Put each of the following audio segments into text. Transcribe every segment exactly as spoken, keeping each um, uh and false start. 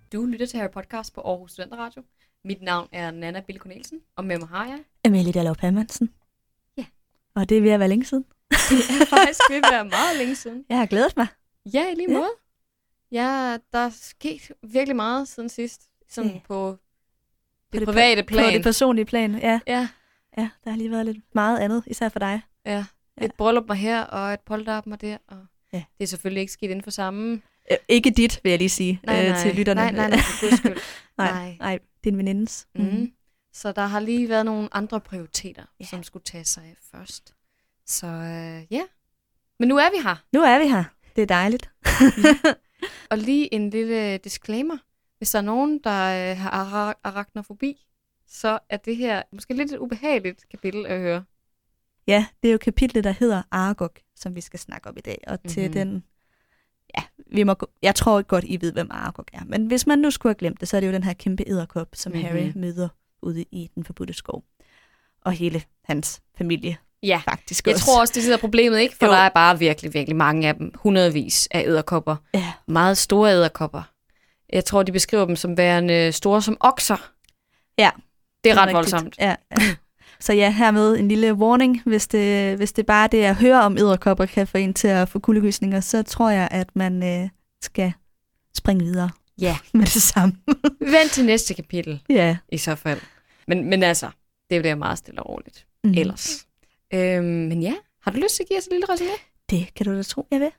Du lytter til Harry Podcast på Aarhus Studenteradio. Mit navn er Nana Bille Cornelsen, og med mig har jeg... Amalie Dallov Hermansen. Ja. Og det er ved at være længe siden. Det er faktisk ved at være meget længe siden. Jeg har glædet mig. Ja, i lige Ja. måde. Ja, der er sket virkelig meget siden sidst. Sådan Ja. på det, På det private På plan. det personlige plan, ja. Ja, Ja, der har lige været lidt meget andet, især for dig. ja. Ja. Et bryllup mig her, og et polterap mig der. Og Ja. det er selvfølgelig ikke sket inden for samme... Øh, ikke dit, vil jeg lige sige, Nej, øh, nej. til lytterne. Nej, nej, nej, for guds skyld. nej, nej. nej, din venindes. Mm. Mm. Så der har lige været nogle andre prioriteter, Ja. som skulle tage sig af først. Så øh, ja. Men nu er vi her. Nu er vi her. Det er dejligt. Og lige en lille disclaimer. Hvis der er nogen, der øh, har ara- arachnofobi, så er det her måske lidt et ubehageligt kapitel at høre. Ja, det er jo kapitlet, der hedder Aragog, som vi skal snakke om i dag. Og mm-hmm. til Mhm. den... Ja, vi må, gå- jeg tror godt, I ved, hvem Aragog er. Men hvis man nu skulle have glemt det, så er det jo den her kæmpe edderkop, som Mhm. mm-hmm. Harry møder ude i den forbudte skov. Og hele hans familie Ja, faktisk jeg også. tror også, det sidder problemet ikke, for Jo. der er bare virkelig, virkelig mange af dem. Hundredvis af edderkopper. Ja, Meget store edderkopper. Jeg tror, de beskriver dem som værende store som okser. Ja, Det er ret rigtigt. voldsomt. Ja, ja. Så ja, hermed en lille warning. Hvis det, hvis det bare det at høre om edderkopper kan få en til at få kuldegysninger, så tror jeg, at man øh, skal springe videre Ja. med det samme. Vent til næste kapitel, Ja. i så fald. Men, men altså, det bliver meget stille og roligt. Mm. Ellers. Øhm, men ja, har du lyst til at give os et lille resume? Det kan du da tro, jeg vil.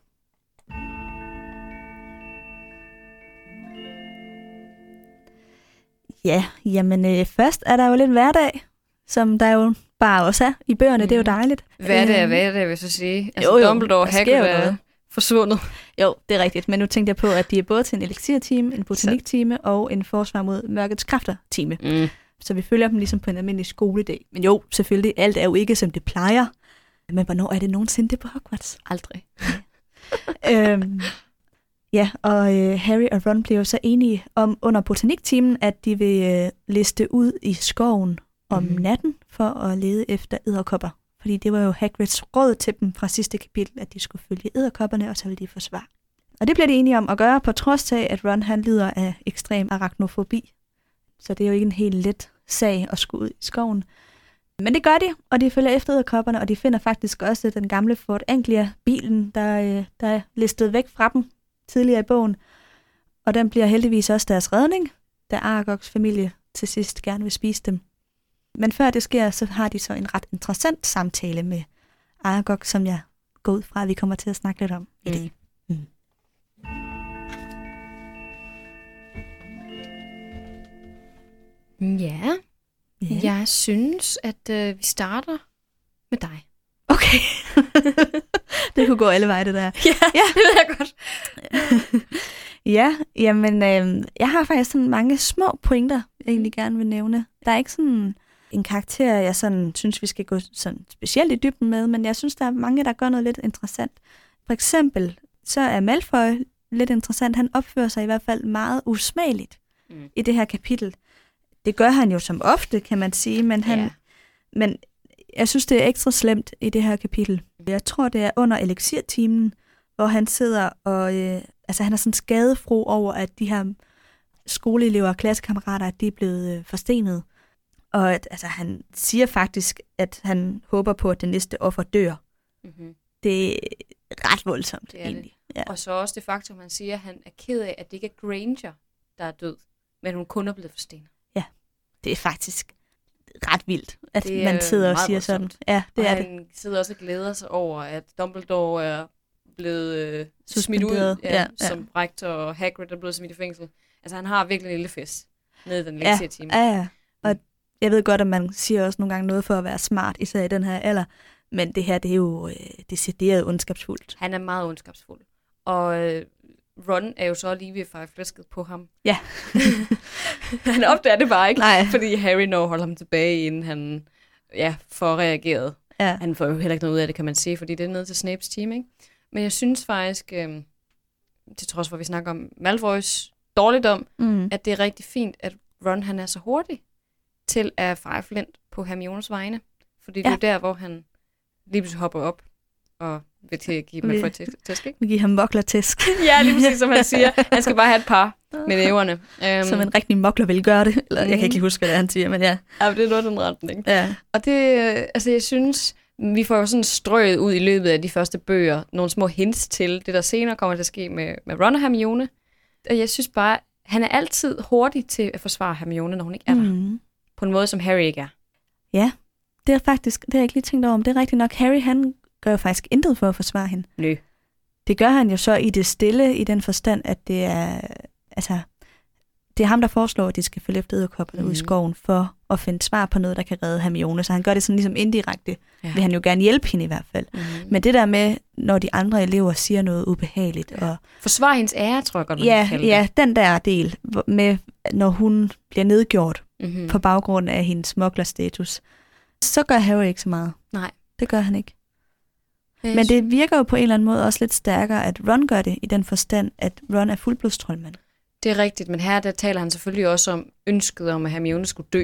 Ja, jamen øh, først er der jo lidt hverdag, som der jo bare også er i bøgerne. Mm. Det er jo dejligt. Hvad er Øhm, det, hvad er det, vil jeg så sige? Altså, jo, jo, Dumbledore og der sker Hagrid jo er noget. forsvundet. Jo, det er rigtigt. Men nu tænkte jeg på, at de er både til en elixir-time, en botanik-time og en forsvar mod mørkets kræfter-time. Mm. Så vi følger dem ligesom på en almindelig skoledag. Men jo, selvfølgelig, alt er jo ikke, som det plejer. Men hvornår er det nogensinde det på Hogwarts? Aldrig. øhm, ja, og øh, Harry og Ron bliver jo så enige om under botaniktimen, at de vil øh, liste ud i skoven om Mhm. natten for at lede efter edderkopper. Fordi det var jo Hagrids råd til dem fra sidste kapitel, at de skulle følge edderkopperne, og så ville de få svar. Og det bliver de enige om at gøre, på trods af, at Ron han lider af ekstrem arachnofobi. Så det er jo ikke en helt let sag at skulle ud i skoven. Men det gør de, og de følger efter edderkopperne, og de finder faktisk også den gamle Ford Anglia-bilen, der, øh, der er listet væk fra dem tidligere i bogen. Og den bliver heldigvis også deres redning, da Aragogs familie til sidst gerne vil spise dem. Men før det sker, så har de så en ret interessant samtale med Aragog, som jeg går ud fra, at vi kommer til at snakke lidt om i dag. Mm. Ja, Ja. jeg synes, at øh, vi starter med dig. Okay. Det kunne gå alle veje, det der. Ja, ja. Det ved jeg godt. Ja, jamen, øh, jeg har faktisk sådan mange små pointer, jeg egentlig gerne vil nævne. Der er ikke sådan en karakter, jeg sådan synes, vi skal gå sådan specielt i dybden med, men jeg synes, der er mange, der gør noget lidt interessant. For eksempel, så er Malfoy lidt interessant. Han opfører sig i hvert fald meget usmageligt Mm. i det her kapitel. Det gør han jo som ofte, kan man sige, men, han, Ja. men jeg synes, det er ekstra slemt i det her kapitel. Jeg tror, det er under elixir-timen, hvor han sidder og... Øh, altså, han er sådan skadefro over, at de her skoleelever og klassekammerater, at de er blevet øh, forstenet. Og at, altså, han siger faktisk, at han håber på, at det næste offer dør. Mm-hmm. Det er ret voldsomt, Det er det. egentlig. Ja. Og så også det faktum, han siger, at han er ked af, at det ikke er Granger, der er død, men hun kun er blevet forstenet. Det er faktisk ret vildt, at Det er man sidder og meget siger sådan. voldsomt. Ja, det og er det. han sidder også og glæder sig over, at Dumbledore er blevet øh, smidt ud Suspenderet. ja, Ja, ja. som rektor, og Hagrid er blevet smidt i fængsel. Altså, han har virkelig en lille fest nede i den Ja, lektietime. ja, ja. Og jeg ved godt, at man siger også nogle gange noget for at være smart, især i den her alder. Men det her, det er jo øh, decideret ondskabsfuldt. Han er meget ondskabsfuld. Og øh, Ron er jo så lige ved at feje flæsket på ham. Ja. Han opdager det bare ikke, Nej. fordi Harry når holder ham tilbage, inden han ja, får reageret. Ja. Han får jo heller ikke noget ud af det, kan man sige, fordi det er ned til Snapes team, ikke? Men jeg synes faktisk, øh, til trods for, at vi snakker om Malfoys dårligdom, Mm. at det er rigtig fint, at Ron han er så hurtig til at feje flint på Hermiones vegne. Fordi det er Ja. jo der, hvor han lige pludselig hopper op og vil til at give Vi- Malfoy tæsk, tæsk, ikke? Vi giver ham voklertæsk. Ja, lige præcis, som han siger. Han skal bare have et par. med næverne. Um, Som en rigtig mokler vil gøre det. Eller, mm. Jeg kan ikke lige huske, hvad det er, han siger, men ja. Ja, det er noget den retning. Ja. Og det, altså jeg synes, vi får jo sådan strøget ud i løbet af de første bøger, nogle små hints til det, der senere kommer til at ske med, med Ron og Hermione. Og jeg synes bare, han er altid hurtig til at forsvare Hermione, når hun ikke er der. Mm. På en måde, som Harry ikke er. Ja, det er faktisk, det har jeg ikke lige tænkt over, om det er rigtigt nok. Harry, han gør jo faktisk intet for at forsvare hende. Nø. Det gør han jo så i det stille, i den forstand, at det er, altså, det er ham, der foreslår, at de skal følge efter edderkopperne mm. ud i skoven, for at finde svar på noget, der kan redde Hermione. Så han gør det sådan ligesom indirekte, ja. Vil han jo gerne hjælpe hende i hvert fald. Mm. Men det der med, når de andre elever siger noget ubehageligt. Ja. Og forsvar hendes ære, tror jeg godt, man ja, kan kalde ja, den der del, med, når hun bliver nedgjort mm-hmm. på baggrund af hendes smuglerstatus, så gør Harry ikke så meget. Nej. Det gør han ikke. Men det virker jo på en eller anden måde også lidt stærkere, at Ron gør det, i den forstand, at Ron er fuldblodstroldmand. Det er rigtigt, men her der taler han selvfølgelig også om ønsket om, at Hermione skulle dø.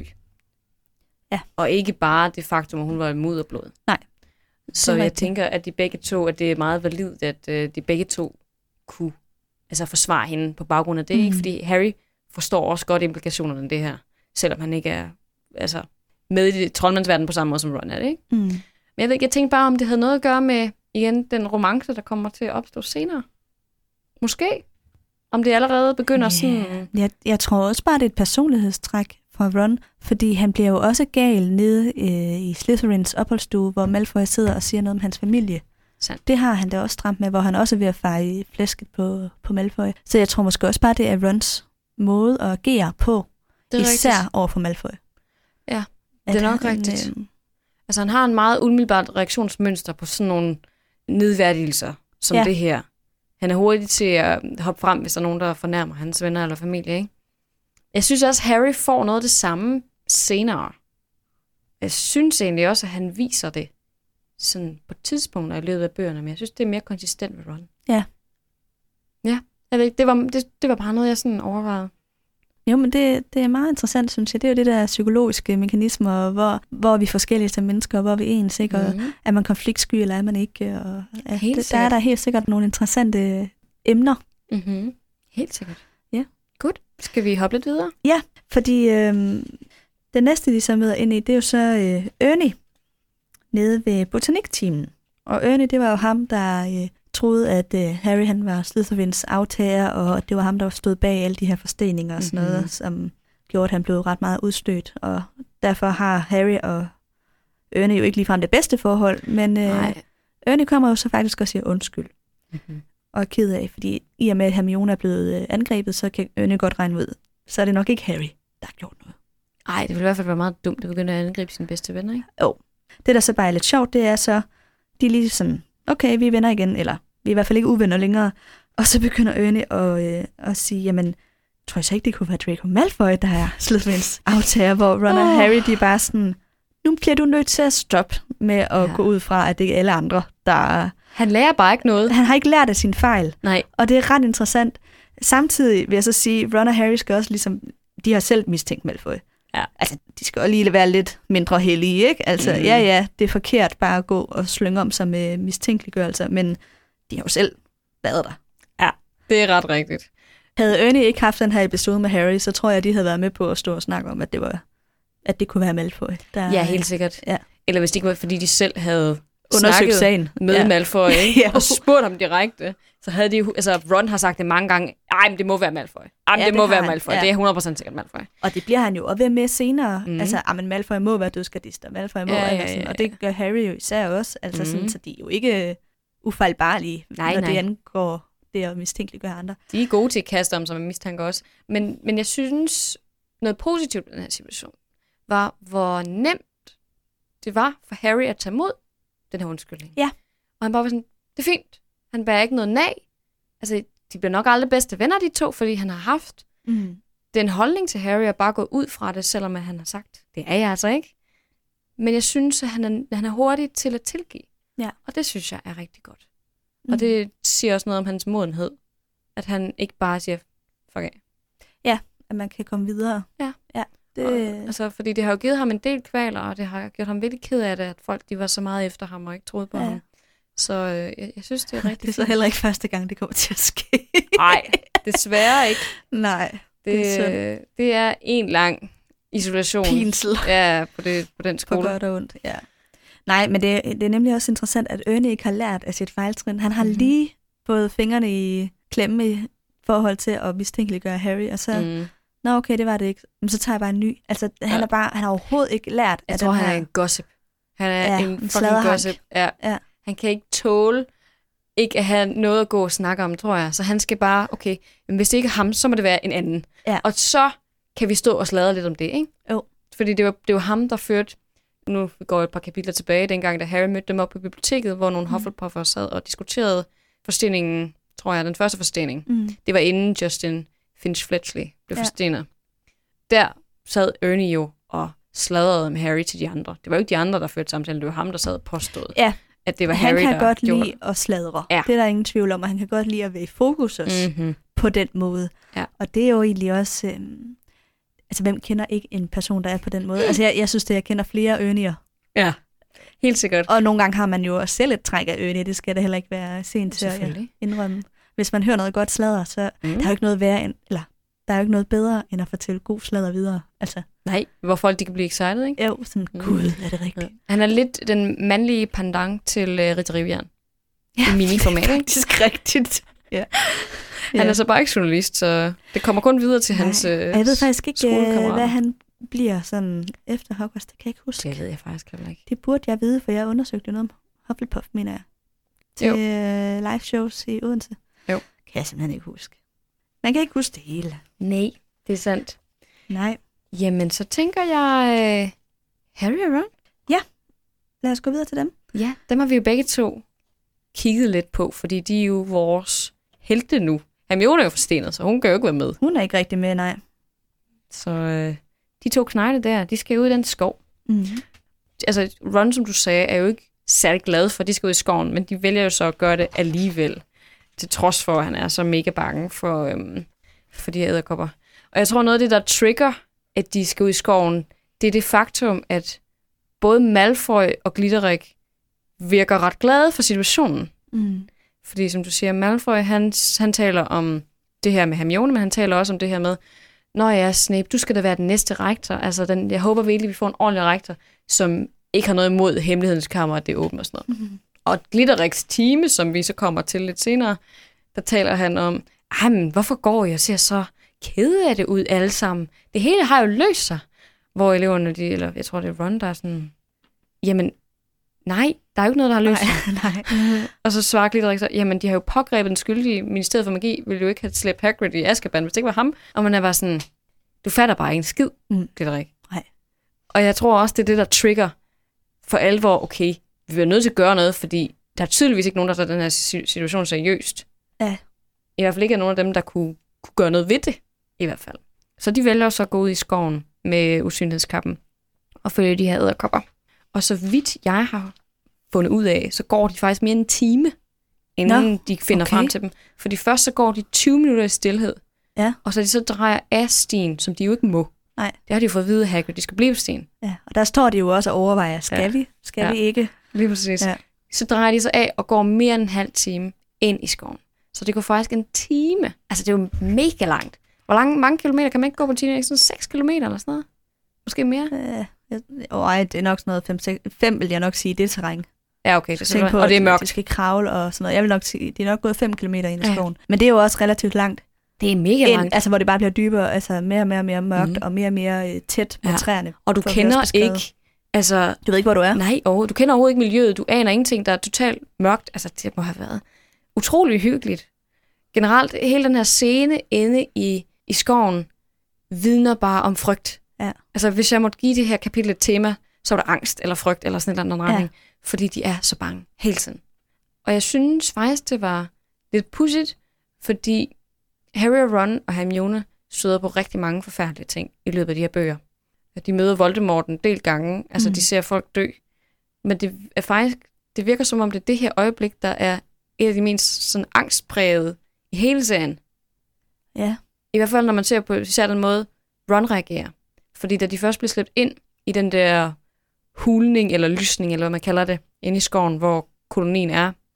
Ja. Og ikke bare det faktum, at hun var i mudderblod. Nej. Så jeg rigtigt. tænker, at de begge to, at det er meget validt, at uh, de begge to kunne altså, forsvare hende på baggrund af det. Mm. Ikke? Fordi Harry forstår også godt implikationerne af det her, selvom han ikke er altså, med i troldmandsverdenen på samme måde som Ron er det. Ikke? Mm. Men jeg, ved, jeg tænkte bare, om det havde noget at gøre med, igen, den romance, der kommer til at opstå senere. Måske. Om det allerede begynder yeah. sådan... Jeg, jeg tror også bare, det er et personlighedstræk fra Ron, fordi han bliver jo også gal nede øh, i Slytherins opholdsstue, hvor Malfoy sidder og siger noget om hans familie. Sandt. Det har han da også stramt med, hvor han også er ved at feje flæsket på, på Malfoy. Så jeg tror måske også bare, det er Rons måde at agere på, det er især rigtigt. over for Malfoy. Ja, det er nok han, rigtigt. Øh, altså han har en meget umiddelbart reaktionsmønster på sådan nogle nedværdigelser, som ja. det her. Han er hurtig til at hoppe frem, hvis der er nogen, der fornærmer hans venner eller familie, ikke? Jeg synes også, at Harry får noget af det samme senere. Jeg synes egentlig også, at han viser det sådan på tidspunkter i løbet af bøgerne, men jeg synes, det er mere konsistent ved Ron. Ja. Ja, jeg ved ikke, det var, det, det var bare noget, jeg sådan overvejede. Jo, men det, det er meget interessant, synes jeg. Det er jo det der psykologiske mekanismer, hvor, hvor vi er forskellige som mennesker, og hvor vi er ens, ikke? Og mm-hmm. er man konfliktsky, eller er man ikke? Og, ja, det, der er der helt sikkert nogle interessante emner. Mm-hmm. Helt sikkert. Ja. Godt. Skal vi hoppe lidt videre? Ja, fordi øhm, det næste, de så møder ind i, det er jo så øh, Ernie, nede ved botaniktimen. Og Ernie, det var jo ham, der øh, troede, at øh, Harry han var Slytherins aftager, og det var ham, der stod bag alle de her forsteninger og sådan mm-hmm. noget, som gjorde, at han blev ret meget udstødt. Og derfor har Harry og Ernie jo ikke ligefrem det bedste forhold, men øh, Ernie kommer jo så faktisk og siger undskyld. Mm-hmm. Og er ked af, fordi i og med, at Hermione er blevet øh, angrebet, så kan Ernie godt regne ud. Så er det nok ikke Harry, der har gjort noget. Nej, det ville i hvert fald være meget dumt at begynde at angribe sine bedste venner, ikke? Jo. Det, der så bare er lidt sjovt, det er så, de er lige sådan, okay, vi er venner igen, eller vi er i hvert fald ikke uvenner længere. Og så begynder Ernie at, øh, at sige, jamen, tror jeg så ikke, det kunne være Draco Malfoy, der er Slytherins aftager, hvor Ron og oh. Harry, de er bare sådan, nu bliver du nødt til at stoppe med at ja. gå ud fra, at det er alle andre, der... Han lærer bare ikke noget. Han har ikke lært af sin fejl. Nej. Og det er ret interessant. Samtidig vil jeg så sige, Ron og Harry skal også ligesom, de har selv mistænkt Malfoy. Ja. Altså, de skal også lige være lidt mindre heldige, ikke? Altså, mm. ja, ja, det er forkert bare at gå og slynge om sig med mistænkeliggørelser, men de har jo selv været der. Ja, det er ret rigtigt. Havde Ernie ikke haft den her episode med Harry, så tror jeg, de havde været med på at stå og snakke om, at det var, at det kunne være Malfoy. Der, ja, helt sikkert. Ja. Eller hvis det ikke var, fordi de selv havde undersøgt sagen med ja. Malfoy, ikke? Og spurgt ham direkte, så havde de, altså Ron har sagt det mange gange, ej, men det må være Malfoy. Ej, men ja, det, det må være Malfoy. Ja. Det er hundrede procent sikkert Malfoy. Og det bliver han jo også ved med senere. Mm. Altså, ah, men Malfoy må være dødskadister. Malfoy må ja, være ja, ja, ja. Og det gør Harry jo især også. Altså, mm. sådan, så de er jo ikke ufejlbarlige, nej, når nej. det angår det at mistænkeliggøre andre. De er gode til at kaste om sig med mistanke også. Men, men jeg synes, noget positivt i den her situation, var, hvor nemt det var for Harry at tage imod den her undskyldning. Ja. Og han bare var sådan, det er fint. Han bærer ikke noget nag. Altså, de bliver nok aldrig bedste venner, de to, fordi han har haft mm. den holdning til Harry at bare gå ud fra det, selvom han har sagt, det er jeg altså ikke. Men jeg synes, at han er, han er hurtig til at tilgive. Ja. Og det synes jeg er rigtig godt. Mm. Og det siger også noget om hans modenhed. At han ikke bare siger, fuck af. Ja, at man kan komme videre. Ja. Ja. Det... Og, altså, fordi det har jo givet ham en del kvaler, og det har gjort ham virkelig ked af det, at folk de var så meget efter ham og ikke troede på ja. ham. Så øh, jeg, jeg synes, det er rigtig Det er så heller ikke første gang, det kommer til at ske. Nej, desværre ikke. Nej, det, det, er det er en lang isolation. Pinsel. Ja, på, det, på den skole. På godt og ondt, ja. Nej, men det, det er nemlig også interessant, at Ernie ikke har lært af sit fejltrin. Han har mm-hmm. lige fået fingrene i klemme i forhold til at mistænkeliggøre Harry, og så, mm. nå okay, det var det ikke. Men så tager jeg bare en ny. Altså, ja. han er bare, han har overhovedet ikke lært jeg af tror, den han her... er en gossip. Han er ja, en en fucking gossip. Ja. Ja. Han kan ikke tåle ikke at have noget at gå og snakke om, tror jeg. Så han skal bare, okay, men hvis det ikke er ham, så må det være en anden. Ja. Og så kan vi stå og sladre lidt om det, ikke? Jo. Fordi det var, det var ham, der førte, nu går jeg et par kapitler tilbage, dengang da Harry mødte dem op på biblioteket, hvor nogle mm. Hufflepuffer sad og diskuterede forsteningen, tror jeg, den første forstening. Mm. Det var inden Justin Finch-Fletchley blev ja. forstenet. Der sad Ernie jo og sladrede med Harry til de andre. Det var jo ikke de andre, der førte samtalen, det var ham, der sad og påstod, ja. at det var han Harry, der Han kan godt gjorde lide at sladre. Ja. Det er der ingen tvivl om, og han kan godt lide at være i fokus også mm-hmm. på den måde. Ja. Og det er jo egentlig også... Øhm, altså, hvem kender ikke en person, der er på den måde? Altså, jeg, jeg synes, det jeg kender flere Ernie'er. Ja, helt sikkert. Og nogle gange har man jo også selv et træk af Ernie. Det skal da heller ikke være sent til at indrømme. Hvis man hører noget godt sladder, så mm. der er jo ikke noget værre end... Eller, der er jo ikke noget bedre, end at fortælle god sladder videre. Altså, nej, hvor folk de kan blive excited, ikke? Jo, sådan, mm. gud, er det rigtigt? Ja. Han er lidt den mandlige pendant til uh, Ritter Rivian. Ja, i miniformat, det er faktisk rigtigt. Ja. Han ja. er så bare ikke journalist, så det kommer kun videre til nej. hans uh, Jeg ved faktisk ikke, hvad han bliver sådan efter Hogwarts. Det kan jeg ikke huske. Det ved jeg faktisk heller ikke. Det burde jeg vide, for jeg undersøgte noget om Hufflepuff, mener jeg. Til uh, live shows i Odense. Jo. Kan jeg simpelthen ikke huske. Man kan ikke huske det hele. Nej, det er sandt. Nej. Jamen, så tænker jeg uh, Harry og Ron. Ja, lad os gå videre til dem. Ja, dem har vi jo begge to kigget lidt på, fordi de er jo vores helte nu. Hermione er jo forstenet, så hun kan jo ikke være med. Hun er ikke rigtig med, nej. Så uh, de to knegle der, de skal ud i den skov. Mm-hmm. Altså, Ron, som du sagde, er jo ikke særlig glad for, at de skal ud i skoven, men de vælger jo så at gøre det alligevel. Til trods for, at han er så mega bange for, øhm, for de her edderkopper. Og jeg tror, noget af det, der trigger, at de skal ud i skoven, det er det faktum, at både Malfoy og Glitterik virker ret glade for situationen. Mm. Fordi, som du siger, Malfoy, han, han taler om det her med Hermione, men han taler også om det her med, nå ja, Snape, du skal da være den næste rektor. Altså, den, jeg håber virkelig, vi får en ordentlig rektor, som ikke har noget imod hemmelighedens kammer, at det er åbent og sådan noget. Mm. Og Glitteriks time, som vi så kommer til lidt senere, der taler han om, men hvorfor går I og ser så kede af det ud alle sammen? Det hele har jo løst sig. Hvor eleverne, de, eller jeg tror det er Ron, der er sådan, jamen nej, der er jo ikke noget, der har løst sig. Nej, nej. Og så svarer Glitterik så, jamen de har jo pågrebet den skyldige. Ministeriet for Magi ville jo ikke have slæbt Hagrid i Azkaban, hvis det ikke var ham. Og man er bare sådan, du fatter bare ikke en skid, mm. Glitterik. Nej. Og jeg tror også, det er det, der trigger for alvor, okay, vi bliver nødt til at gøre noget, fordi der er tydeligvis ikke nogen, der tager den her situation seriøst. Ja. I hvert fald ikke nogen af dem, der kunne, kunne gøre noget ved det, i hvert fald. Så de vælger så at gå ud i skoven med usynlighedskappen og følge de her edderkopper. Og så vidt jeg har fundet ud af, så går de faktisk mere end en time, inden Nå, de finder okay. frem til dem. Fordi først så går de tyve minutter i stilhed, ja. og så de så drejer af stien, som de jo ikke må. Nej. Det har de jo fået at vide, at Hagrid, de skal blive på stien. Ja, og der står de jo også og overvejer, skal ja. vi, skal ja. vi ikke? Lige præcis. Ja. Så drejer de sig af og går mere end en halv time ind i skoven. Så det går faktisk en time. Altså, det er jo mega langt. Hvor lang, mange kilometer kan man ikke gå på en time? Ikke sådan seks kilometer eller sådan noget? Måske mere? Øh, ej, det er nok sådan noget fem, seks, fem vil jeg nok sige, det er terræn. Ja, okay. Det er på, og det er mørkt. De skal kravle og sådan noget. Jeg vil nok sige, det er nok gået fem kilometer ind i skoven. Ja. Men det er jo også relativt langt. Det er mega ind, langt. Altså, hvor det bare bliver dybere, altså mere og mere, mere mørkt, mm. og mere og mere tæt på ja. træerne. Og du kender ikke, altså... Du ved ikke, hvor du er? Nej, og du kender overhovedet ikke miljøet. Du aner ingenting, der er totalt mørkt. Altså, det må have været utrolig hyggeligt. Generelt, hele den her scene inde i, i skoven vidner bare om frygt. Ja. Altså, hvis jeg måtte give det her kapitel et tema, så var det angst eller frygt eller sådan et eller andet retning. Ja. Fordi de er så bange hele tiden. Og jeg synes faktisk, det var lidt pudsigt, fordi Harry og Ron og Hermione støder på rigtig mange forfærdelige ting i løbet af de her bøger. De møder Voldemort en del gange, altså mm. de ser folk dø. Men det er faktisk, det virker som om det er det her øjeblik, der er et af de mest sådan angstprægede i hele serien. Ja. I hvert fald, når man ser på især den måde, Ron reagerer. Fordi da de først bliver slæbt ind i den der hulning eller lysning, eller hvad man kalder det, inde i skoven, hvor kolonien er,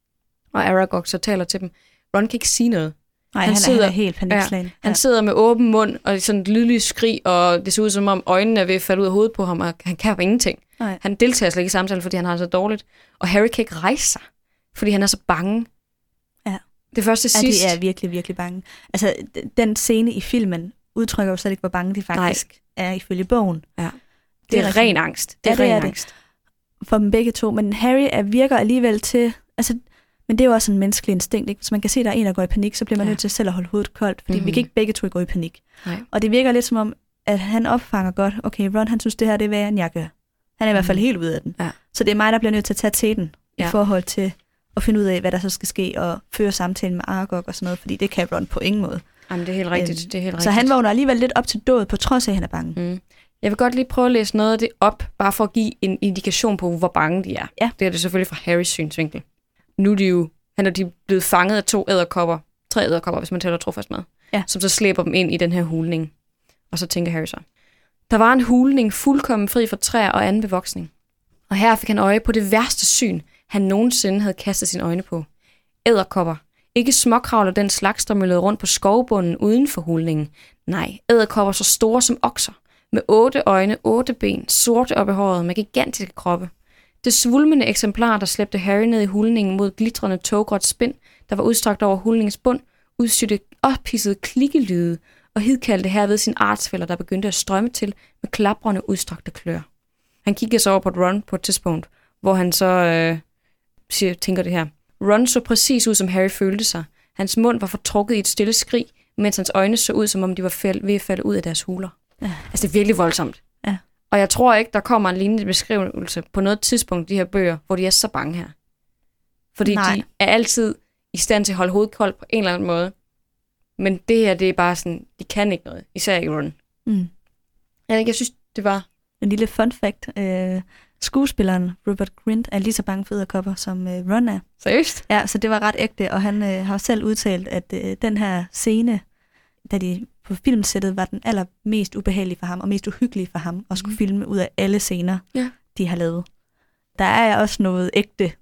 og Aragog så taler til dem. Ron kan ikke sige noget. Nej, han, han, sidder, han er helt panikslagen. Ja, han ja. sidder med åben mund og sådan et lydligt skrig, og det ser ud som om øjnene er ved at falde ud af hovedet på ham, og han kan jo ingenting. Nej. Han deltager slet ikke i samtalen, fordi han har det så dårligt. Og Harry kan ikke rejse sig, fordi han er så bange. Ja. Det første til sidst. Ja, de er virkelig, virkelig bange. Altså, den scene i filmen udtrykker jo slet ikke, hvor bange de faktisk Nej. er ifølge bogen. Ja. Det, det er, er ren angst. Det er ja, ren det er angst. Det. For dem begge to. Men Harry er, virker alligevel til... Altså, men det er jo også en menneskelig instinkt, ikke? Hvis man kan se, at der er en, der går i panik, så bliver man ja. nødt til selv at holde hovedet koldt, fordi mm-hmm. vi kan ikke begge to gå i panik. Nej. Og det virker lidt som om, at han opfanger godt, okay, Ron, han synes, det her det er værre, end jeg gør. Han er i hvert fald helt ude af den. Ja. Så det er mig, der bliver nødt til at tage teten ja. i forhold til at finde ud af, hvad der så skal ske, og føre samtalen med Aragog og sådan noget, fordi det kan Ron på ingen måde. Jamen, det er helt rigtigt. Øhm, det er helt rigtigt. Så han vågner alligevel lidt op til død, på trods af, at han er bange. Mm. Jeg vil godt lige prøve at læse noget af det op, bare for at give en indikation på, hvor bange de er. Ja. Det er det selvfølgelig fra Harrys synsvinkel. Nu er de jo Han er de blevet fanget af to edderkopper, tre edderkopper, hvis man tæller trofast med, ja. som så slæber dem ind i den her hulning. Og så tænker Harry så. Der var en hulning fuldkommen fri for træer og anden bevoksning. Og her fik han øje på det værste syn, han nogensinde havde kastet sine øjne på. Edderkopper. Ikke småkravler den slags, der møllede rundt på skovbunden uden for hulningen. Nej, edderkopper så store som okser. Med otte øjne, otte ben, sorte op i håret, med gigantiske kroppe. Det svulmende eksemplar, der slæbte Harry ned i hulningen mod glitrende toggråt spind, der var udstrakt over hulningens bund, udstyrte ophissede klikkelyde og hidkaldte herved sin artsfæller, der begyndte at strømme til med klaprende udstrakte klør. Han kiggede så over på Ron på et tidspunkt, hvor han så øh, siger, tænker det her. Ron så præcis ud, som Harry følte sig. Hans mund var fortrukket i et stille skrig, mens hans øjne så ud, som om de var fæld, ved at falde ud af deres huler. Ja. Altså, det er virkelig voldsomt. Ja. Og jeg tror ikke, der kommer en lignende beskrivelse på noget tidspunkt i de her bøger, hvor de er så bange her. Fordi Nej. de er altid i stand til at holde hovedet koldt på en eller anden måde. Men det her, det er bare sådan, de kan ikke noget. Især ikke Ron. Mm. Jeg, jeg synes, det var... En lille fun fact. Øh, skuespilleren Rupert Grint er lige så bange for edderkopper, som øh, Ron er. Seriøst? Ja, så det var ret ægte, og han øh, har selv udtalt, at øh, den her scene, da de på filmsættet var den allermest ubehagelige for ham, og mest uhyggelige for ham, at skulle mm. filme ud af alle scener, ja. de har lavet. Der er også noget ægte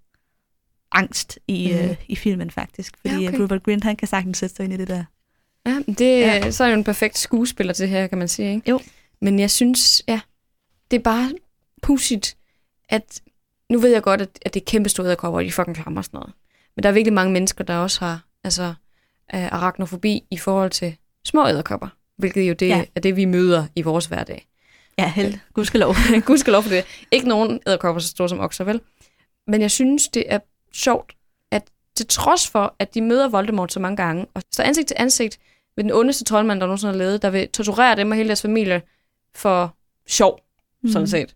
angst i, mm. øh, i filmen, faktisk. Fordi ja, okay. Rupert Grint, han kan sagtens sætte sig ind i det der. Ja, det ja. så er jo en perfekt skuespiller til det her, kan man sige, ikke? Jo. Men jeg synes, ja, det er bare pudsigt, at nu ved jeg godt, at, at det er kæmpe store edderkopper, og de fucking klammer og sådan noget. Men der er virkelig mange mennesker, der også har altså, arachnofobi i forhold til små edderkopper, hvilket jo det, ja. er det, vi møder i vores hverdag. Ja, held. Gudskelov. Gudskelov for det. Ikke nogen edderkopper så store som okser, vel? Men jeg synes, det er sjovt, at til trods for, at de møder Voldemort så mange gange, og står ansigt til ansigt med den ondeste troldmand, der nogensinde har levet, der vil torturere dem og hele deres familie for sjov, mm. sådan set.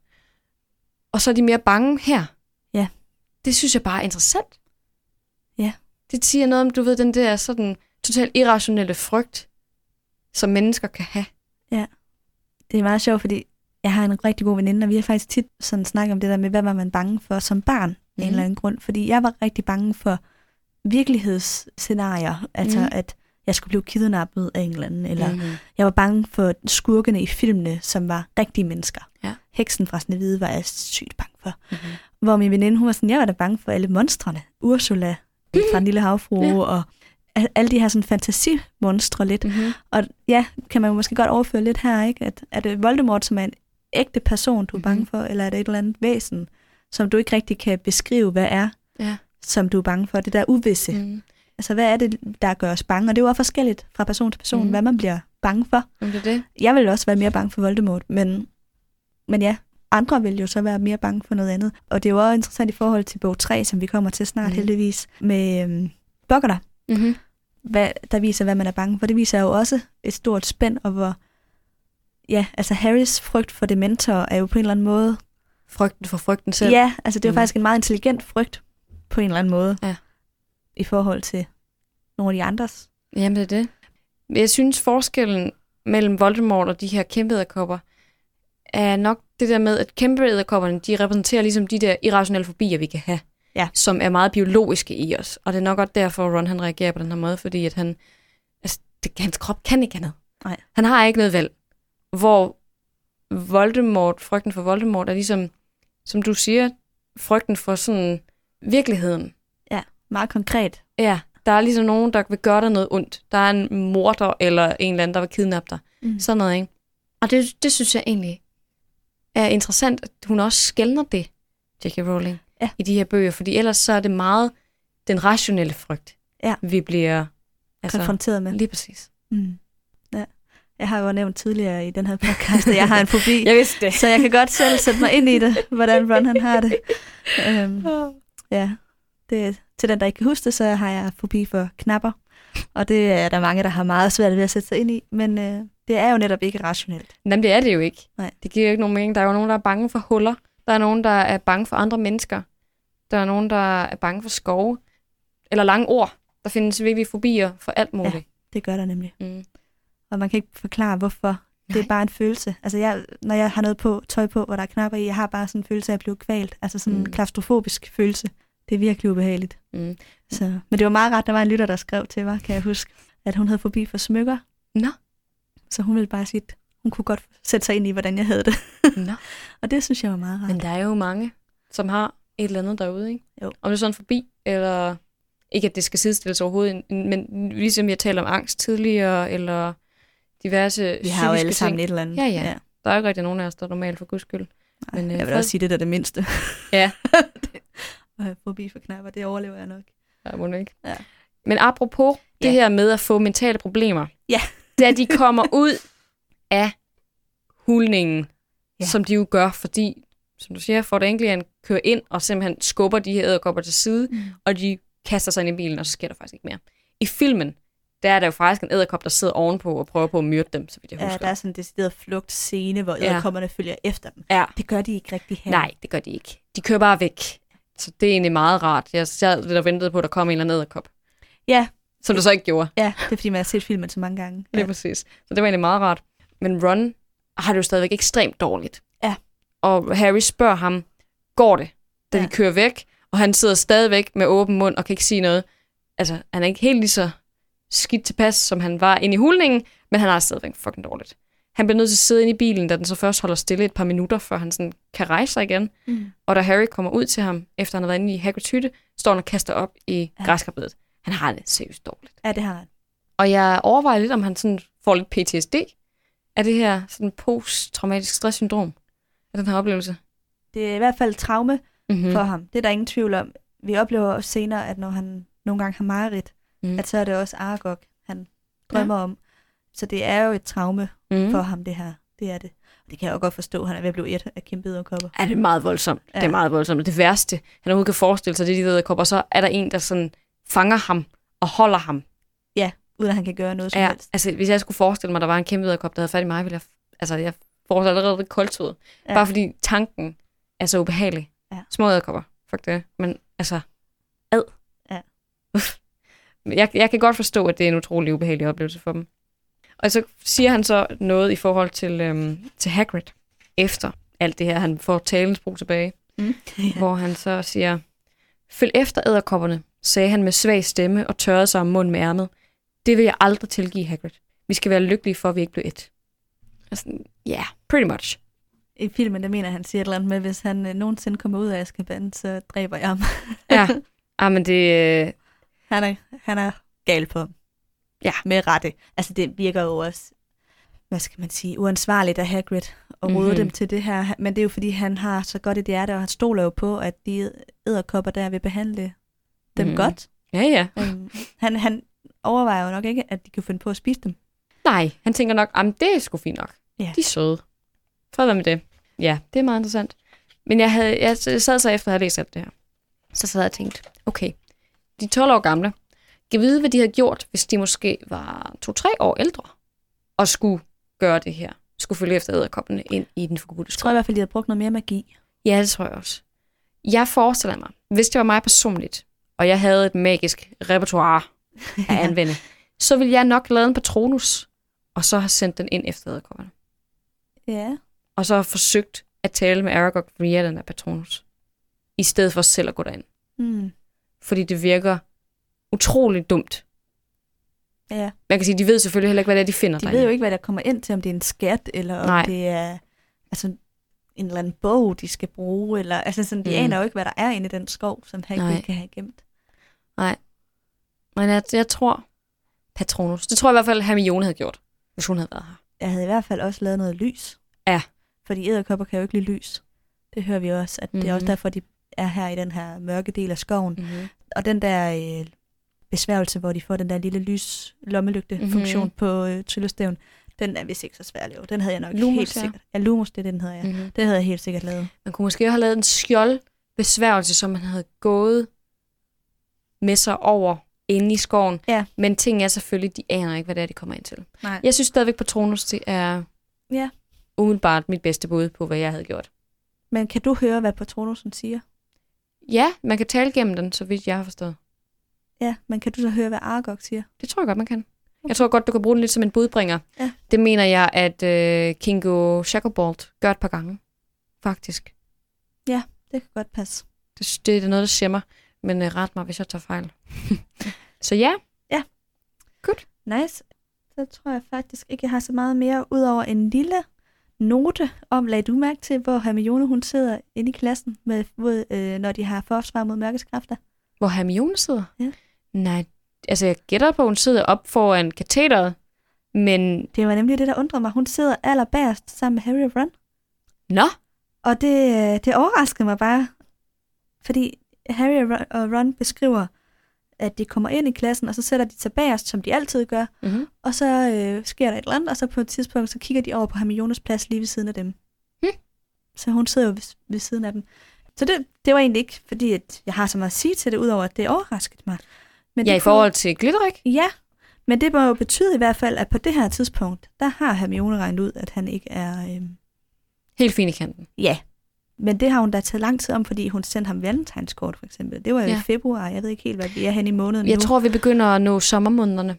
Og så er de mere bange her. Ja. Det synes jeg bare er interessant. Ja. Det siger noget om, du ved, den der sådan totalt irrationelle frygt, som mennesker kan have. Ja. Det er meget sjovt, fordi jeg har en rigtig god veninde, og vi har faktisk tit sådan snakket om det der med, hvad var man bange for som barn, mm. af en eller anden grund. Fordi jeg var rigtig bange for virkelighedsscenarier, altså mm. at jeg skulle blive kidnappet af en eller anden, eller mm. jeg var bange for skurkene i filmene, som var rigtige mennesker. Ja. Heksen fra Snehvide var jeg sygt bange for. Mm-hmm. Hvor min veninde, hun var sådan, jeg var da bange for alle monstrene. Ursula mm. fra Den Lille Havfrue, ja. og alle de her sådan fantasimonstre lidt. Mm-hmm. Og ja, kan man måske godt overføre lidt her, ikke? At, er det Voldemort, som er en ægte person, du er bange for, mm-hmm. eller er det et eller andet væsen, som du ikke rigtig kan beskrive, hvad er, ja. som du er bange for? Det der uvisse. Mm. Altså, hvad er det, der gør os bange? Og det er jo også forskelligt fra person til person, mm. hvad man bliver bange for. Det er det. Jeg vil også være mere bange for Voldemort, men, men ja, andre vil jo så være mere bange for noget andet. Og det er jo også interessant i forhold til bog tre, som vi kommer til snart mm. heldigvis, med øhm, Boggerter, mm-hmm. hvad, der viser, hvad man er bange for. Det viser jo også et stort spænd, og hvor, ja, altså Harrys frygt for dementorer er jo på en eller anden måde... Frygten for frygten selv. Ja, altså det er jo mm. faktisk en meget intelligent frygt, på en eller anden måde, ja. i forhold til nogle af de andres. Jamen det er det. Jeg synes, forskellen mellem Voldemort og de her kæmpe edderkopper er nok det der med, at kæmpe edderkopperne, de repræsenterer ligesom de der irrationelle fobier, vi kan have, ja. som er meget biologiske i os. Og det er nok godt derfor, Ron han reagerer på den her måde, fordi at han, altså, det, hans krop kan ikke andet. Nej. Han har ikke noget valg. Hvor Voldemort, frygten for Voldemort, er ligesom, som du siger, frygten for sådan virkeligheden. Ja, Meget konkret. Ja, der er ligesom nogen, der vil gøre dig noget ondt. Der er en morder eller en eller anden, der vil kidnappe dig. Mm. Sådan noget, ikke? Og det, det synes jeg egentlig er interessant, at hun også skelner det, J K. Rowling, ja. I de her bøger. Fordi ellers så er det meget den rationelle frygt, ja. Vi bliver altså, konfronteret med. Lige præcis. Mm. Ja. Jeg har jo nævnt tidligere i den her podcast, at jeg har en fobi. Jeg vidste det. Så jeg kan godt selv sætte mig ind i det, hvordan Ron han har det. Um, ja, det, til den, der ikke kan huske det, så har jeg fobi for knapper. Og det er der mange, der har meget svært ved at sætte sig ind i. Men uh, det er jo netop ikke rationelt. Jamen, det er det jo ikke. Nej. Det giver jo ikke nogen mening. Der er jo nogen, der er bange for huller. Der er nogen, der er bange for andre mennesker. Der er nogen, der er bange for skove. Eller lange ord. Der findes virkelig fobier for alt muligt. Ja, det gør der nemlig. Mm. Og man kan ikke forklare, hvorfor. Nej. Det er bare en følelse. Altså, jeg, når jeg har noget på, tøj på, hvor der er knapper i, jeg har bare sådan en følelse af at blive kvalt. Altså sådan mm. en klaustrofobisk følelse. Det er virkelig ubehageligt. Mm. Så, men det var meget ret, der var en lytter, der skrev til mig, kan jeg huske, at hun havde fobi for smykker. Nå. Så hun ville bare sige, at hun kunne godt sætte sig ind i, hvordan jeg havde det. Nå. Og det synes jeg var meget rart. Men der er jo mange, som har et eller andet derude, ikke? Jo. Om det er sådan forbi, eller ikke at det skal sidestilles overhovedet, men ligesom jeg talte om angst tidligere, eller diverse vi har jo alle sammen ting. Et eller andet. Ja, ja, ja. Der er jo ikke rigtig nogen af os, der er normalt for guds skyld. Men, jeg vil øh, også sige, det der er det mindste. Ja. At have fobi for knapper, det overlever jeg nok. Ja, må ikke. Ja. Men apropos ja. Det her med at få mentale problemer, ja. da de kommer ud af hulningen, ja. Som de jo gør, fordi, som du siger, får det enkelte kører ind og simpelthen skubber de her edderkopper til side, mm. og de kaster sig ind i bilen, og så sker der faktisk ikke mere. I filmen, der er der jo faktisk en edderkop, der sidder ovenpå og prøver på at myrde dem, så vidt jeg husker. Ja, der er sådan en decideret flugtscene, hvor edderkopperne ja. Følger efter dem. Ja. Det gør de ikke rigtig her. Nej, det gør de ikke. De kører bare væk. Så det er egentlig meget rart. Jeg sad lidt og ventede på, at der kom en eller anden edderkop. Ja. Som du så ikke gjorde. Ja, det er fordi, man har set filmen så mange gange. Ja. Det er præcis. Så det var egentlig meget rart. Men Ron har det jo stadigvæk ekstremt dårligt. Ja. Og Harry spørger ham, går det, da ja. De kører væk? Og han sidder stadigvæk med åben mund og kan ikke sige noget. Altså, han er ikke helt lige så skidt tilpas, som han var inde i hulningen, men han har stadigvæk fucking dårligt. Han bliver nødt til at sidde inde i bilen, da den så først holder stille et par minutter, før han sådan kan rejse sig igen. Mm. Og da Harry kommer ud til ham, efter han har været inde i Hagrids hytte, står han og kaster op i ja. Græskarbedet. Han har det seriøst dårligt. Ja, det har han. Og jeg overvejer lidt, om han sådan får lidt P T S D af det her sådan posttraumatisk stresssyndrom af den her oplevelse. Det er i hvert fald et traume mm-hmm. for ham. Det er der ingen tvivl om. Vi oplever også senere, at når han nogle gange har mareridt, mm. at så er det også Aragog, han drømmer ja. Om. Så det er jo et traume mm. for ham, det her. Det er det. Og det kan jeg jo godt forstå, han er ved at blive et af kæmpe edderkopper. Ja, det er meget voldsomt. Ja. Det er meget voldsomt. Det værste, han overhovedet kan forestille sig, det er de edderkopper, og så er der en, der sådan fanger ham og holder ham. Ja, uden at han kan gøre noget som ja, helst. Altså, hvis jeg skulle forestille mig, at der var en kæmpe edderkop, der havde fat i mig, ville jeg, altså, jeg får allerede lidt koldt ud. Ja. Bare fordi tanken er så ubehagelig. Ja. Små edderkopper, fuck det. Men altså, ad. Ja. jeg, jeg kan godt forstå, at det er en utrolig ubehagelig oplevelse for dem. Og så siger han så noget i forhold til, øhm, til Hagrid, efter alt det her. Han får talens brug tilbage, mm. ja. Hvor han så siger, følg efter edderkopperne, sagde han med svag stemme og tørrede sig om munden med ærmet. Det vil jeg aldrig tilgive, Hagrid. Vi skal være lykkelige for, at vi ikke blev et. Sådan, ja, yeah, pretty much. I filmen, der mener han siger et eller andet med, hvis han øh, nogensinde kommer ud af Azkaban, så dræber jeg ham. ja, ah, men det... Øh... Han er, han er gal på ham. Ja. Med rette. Altså, det virker jo også, hvad skal man sige, uansvarligt af Hagrid at råde mm-hmm. dem til det her. Men det er jo, fordi han har så godt et hjerte, og han stoler jo på, at de edderkopper der vil behandle dem mm. godt. Ja, ja. Um, han, han overvejer jo nok ikke, at de kan finde på at spise dem. Nej, han tænker nok, at det er sgu fint nok. Ja. De er søde. Fred være med det. Ja, det er meget interessant. Men jeg, havde, jeg sad så efter at have læst alt det her. Så sad jeg og tænkte, okay, de tolv år gamle, kan vide, hvad de havde gjort, hvis de måske var to-tre år ældre, og skulle gøre det her. Skulle følge efter edderkopperne ind i den forbudte skov. Jeg tror i hvert fald, de havde brugt noget mere magi. Ja, det tror jeg også. Jeg forestiller mig, hvis det var mig personligt, og jeg havde et magisk repertoire at anvende, så ville jeg nok lave en patronus, og så have sendt den ind efter edderkopperne. Ja. Og så have forsøgt at tale med Aragog via den af patronus, i stedet for selv at gå derind. Mm. Fordi det virker utroligt dumt. Ja. Man kan sige, de ved selvfølgelig heller ikke, hvad det er, de finder De derinde. ved jo ikke, hvad der kommer ind til, om det er en skat, eller om Nej. det er altså, en eller anden bog, de skal bruge. Eller, altså sådan, de mm. aner jo ikke, hvad der er inde i den skov, som Hagrid kan have gemt. Nej. Men jeg, jeg tror Patronus. Det tror jeg i hvert fald, Hermione havde gjort, hvis hun havde været her. Jeg havde i hvert fald også lavet noget lys. Ja. Fordi edderkopper kan jo ikke lide lys. Det hører vi også, at mm-hmm. det er også derfor, de er her i den her mørke del af skoven. Mm-hmm. Og den der øh, besværgelse, hvor de får den der lille lys lommelygte-funktion mm-hmm. på øh, tryllestaven, den er vist ikke så svær at lave. Den havde jeg nok Lumos, helt sikkert. Ja, Lumos, det er den hedder jeg. Mm-hmm. Det havde jeg helt sikkert lavet. Man kunne måske have lavet en skjoldbesværgelse, som man havde gået med sig over inde i skoven. Ja. Men ting er selvfølgelig, de aner ikke, hvad det er, de kommer ind til. Nej. Jeg synes stadigvæk, Patronus, det er ja. umiddelbart mit bedste bud på, hvad jeg havde gjort. Men kan du høre, hvad Patronusen siger? Ja, man kan tale gennem den, så vidt jeg har forstået. Ja, men kan du så høre, hvad Aragog siger? Det tror jeg godt, man kan. Okay. Jeg tror godt, du kan bruge den lidt som en budbringer. Ja. Det mener jeg, at uh, Kingo Shacklebolt gør et par gange, faktisk. Ja, det kan godt passe. Det, det er noget, der siger mig, men uh, ret mig, hvis jeg tager fejl. Så ja. Ja. Godt. Nice. Så tror jeg faktisk ikke, jeg har så meget mere, udover en lille note om, lagde du mærke til, hvor Hermione hun sidder inde i klassen, med, mod, øh, når de har forsvar mod mørkets kræfter? Hvor Hermione sidder? Ja. Nej, altså jeg gætter på, at hun sidder op foran katederet, men... Det var nemlig det, der undrede mig. Hun sidder allerbærst sammen med Harry og Ron. Nå? Og det, det overraskede mig bare, fordi Harry og Ron beskriver, at de kommer ind i klassen, og så sætter de sig bagerst, som de altid gør, mm-hmm. og så øh, sker der et eller andet, og så på et tidspunkt, så kigger de over på Hermiones plads lige ved siden af dem. Mm. Så hun sidder jo ved, ved siden af dem. Så det, det var egentlig ikke, fordi at jeg har så meget at sige til det, udover at det overraskede mig. Men ja, det i forhold kunne... til Glitterik? Ja, men det må jo betyde i hvert fald, at på det her tidspunkt, der har Hermione regnet ud, at han ikke er... Øh... Helt fin i kanten. Ja, men det har hun da taget lang tid om, fordi hun sendte ham valentineskort for eksempel. Det var jo ja. i februar, jeg ved ikke helt, hvad vi er hen i måneden Jeg nu. tror, vi begynder at nå sommermånederne.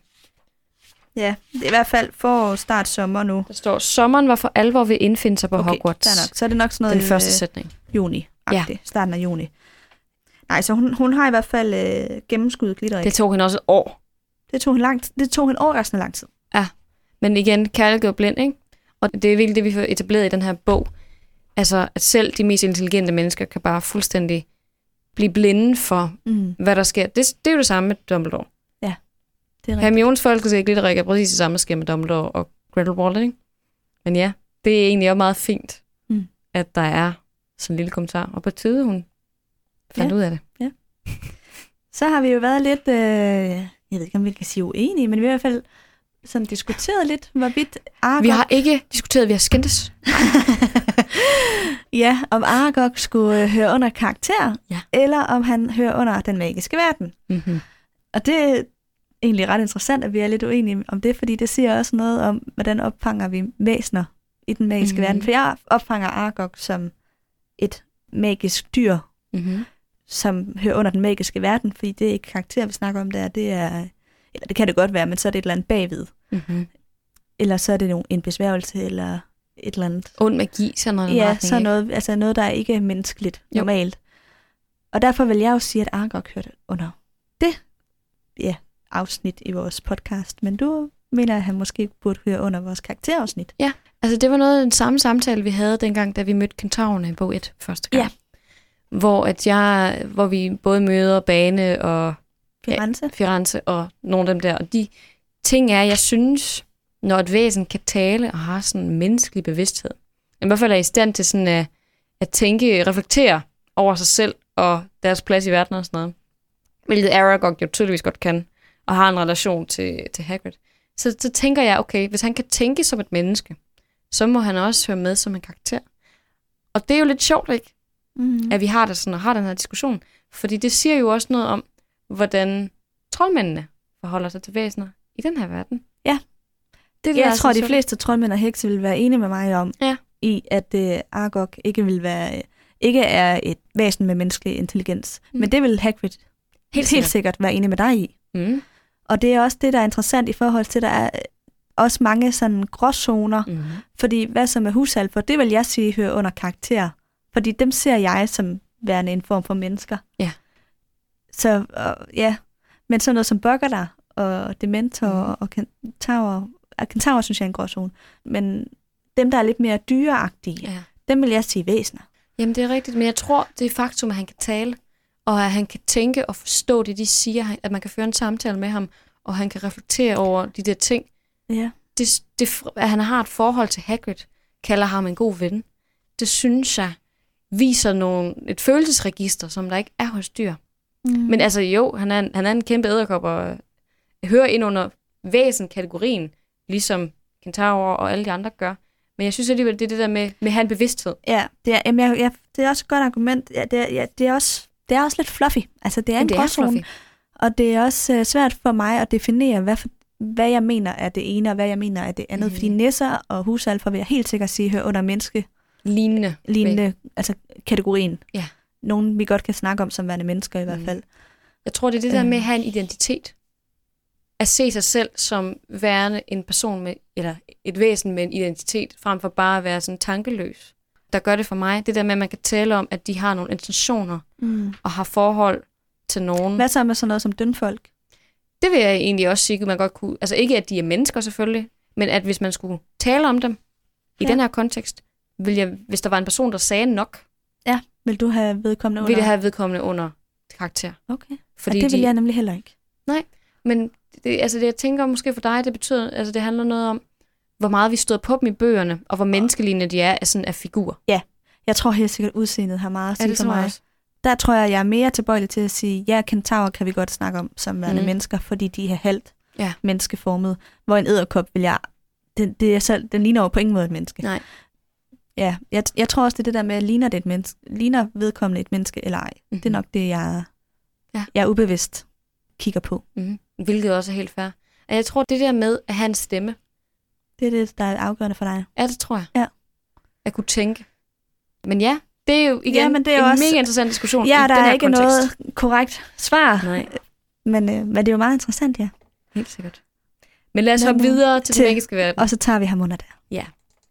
Ja, det er i hvert fald for start sommer nu. Der står, sommeren var for alvor ved indfinde sig på okay, Hogwarts. Okay, nok. Så er det nok sådan noget... Den første sætning. Juni. Ja. Starten af juni. Nej, så hun, hun har i hvert fald øh, gennemskuddet Glitterik. Det tog hende også et år. Det tog hende, langt, det tog hende overraskende lang tid. Ja, men igen, kærlighed og blind, ikke? Og det er virkelig det, vi får etableret i den her bog. Altså, at selv de mest intelligente mennesker kan bare fuldstændig blive blinde for, mm. hvad der sker. Det, det er jo det samme med Dumbledore. Ja, det er rigtigt. Hermiones forelskelse i Glitterik er præcis det samme, der sker med Dumbledore og Grindelwald, ikke? Men ja, det er egentlig også meget fint, mm. at der er sådan en lille kommentar. Og på tide, hun fandt ja. ud af det. Ja. Så har vi jo været lidt, øh, jeg ved ikke, om vi kan sige uenige, men vi har i hvert fald sådan diskuteret lidt, hvorvidt Aragog... Vi har ikke diskuteret, vi har skændtes. Ja, om Aragog skulle høre under karakter, ja. eller om han hører under den magiske verden. Mm-hmm. Og det er egentlig ret interessant, at vi er lidt uenige om det, fordi det siger også noget om, hvordan opfanger vi væsener i den magiske mm-hmm. verden. For jeg opfanger Aragog som et magisk dyr, mm-hmm. som hører under den magiske verden, fordi det er ikke karakter, vi snakker om der. Det er, eller det kan det godt være, men så er det et eller andet bagved. Mm-hmm. Eller så er det en besværgelse, eller et eller andet. Und magi, sådan noget. Ja, sådan noget, altså noget, der ikke er menneskeligt, jo. Normalt. Og derfor vil jeg jo sige, at Aragog hørte under det ja, afsnit i vores podcast. Men du mener, at han måske burde høre under vores karakterafsnit. Ja, altså det var noget af den samme samtale, vi havde dengang, da vi mødte kentaurerne i bog et første gang. Ja. Hvor, at jeg, hvor vi både møder Bane og Firenze. Ja, Firenze og nogle af dem der. Og de ting er, jeg synes, når et væsen kan tale og har sådan en menneskelig bevidsthed, i hvert fald er i stand til sådan at, at tænke, reflektere over sig selv og deres plads i verden og sådan noget. Hvilket Aragog jo tydeligvis godt kan, og har en relation til, til Hagrid. Så, så tænker jeg, okay, hvis han kan tænke som et menneske, så må han også høre med som en karakter. Og det er jo lidt sjovt, ikke? Mm-hmm. At vi har det sådan og har den her diskussion. Fordi det siger jo også noget om, hvordan troldmændene forholder sig til væsener i den her verden. Ja, det jeg tror, de fleste troldmænd og hekse vil være enige med mig om, ja. I at uh, Aragog ikke vil være, ikke er et væsen med menneskelig intelligens. Mm. Men det vil Hagrid helt, helt sikkert. sikkert være enig med dig i. Mm. Og det er også det, der er interessant i forhold til, at der er også mange sådan gråzoner. Mm. Fordi hvad som er husalfer, det vil jeg sige hører under karakter. Fordi dem ser jeg som værende en form for mennesker. Ja. Så og, ja, men sådan noget som Boggerter og Dementor mm. og Kentaurer, Kentaurer synes jeg er en gråzone. Men dem, der er lidt mere dyreagtige, ja. dem vil jeg sige væsener. Jamen det er rigtigt, men jeg tror, det er faktum, at han kan tale, og at han kan tænke og forstå det, de siger, at man kan føre en samtale med ham, og han kan reflektere over de der ting. Ja. Det, det, at han har et forhold til Hagrid, kalder ham en god ven. Det synes jeg viser nogle, et følelsesregister, som der ikke er hos dyr. Mm. Men altså jo, han er en, han er en kæmpe edderkop, og hører ind under væsen-kategorien, ligesom Kentaurer og alle de andre gør. Men jeg synes alligevel, det er det der med, med at have en bevidsthed. Ja, det er, jamen, jeg, jeg, det er også et godt argument. Ja, det, er, ja, det, er også, det er også lidt fluffy. Altså, det er en gråzone. Og det er også uh, svært for mig at definere, hvad, for, hvad jeg mener er det ene, og hvad jeg mener er det andet. Mm. Fordi nisser og husalfer vil jeg helt sikkert sige, hører under menneske. Lignende. Lignende, altså kategorien. Ja. Nogen, vi godt kan snakke om som værende mennesker i hvert fald. Mm. Jeg tror, det er det der med at have en identitet. At se sig selv som værende en person med, eller et væsen med en identitet, frem for bare at være sådan tankeløs. Der gør det for mig, det der med, at man kan tale om, at de har nogle intentioner, mm. og har forhold til nogen. Hvad så med sådan noget som dønfolk? Det vil jeg egentlig også sige, at man godt kunne, altså ikke at de er mennesker selvfølgelig, men at hvis man skulle tale om dem i ja. den her kontekst, vil jeg, hvis der var en person, der sagde nok, ja, vil du have vedkommende under? Vil jeg have vedkommende under karakter. Okay, fordi ja, det vil de, jeg nemlig heller ikke. Nej, men det, altså det, jeg tænker måske for dig, det betyder, altså det handler noget om, hvor meget vi stod på dem i bøgerne, og hvor menneskelignende de er af sådan af figurer. Ja, jeg tror helt sikkert, udseendet har meget at sige for mig. Også? Der tror jeg, jeg er mere tilbøjelig til at sige, ja, kentaurer kan vi godt snakke om som værende mm. mennesker, fordi de er halvt ja. menneskeformet, hvor en edderkop vil jeg, den, det er selv, den ligner jo på ingen måde et menneske. Nej. Ja, jeg, jeg tror også, det er det der med, at ligner det et menneske, ligner vedkommende et menneske eller ej. Mm-hmm. Det er nok det, jeg, ja. jeg er ubevidst kigger på. Mm-hmm. Hvilket også er helt fair. Og jeg tror, det der med at have en stemme. Det er det, der er afgørende for dig. Ja, det tror jeg. Ja. At kunne tænke. Men ja, det er jo igen ja, men det er en også, mega interessant diskussion ja, i der den her er ikke kontekst. Noget korrekt svar. Nej. Men, øh, men det er jo meget interessant, ja. Helt sikkert. Men lad os men, hoppe videre til, til den magiske verden. Og så tager vi ham under der. Ja.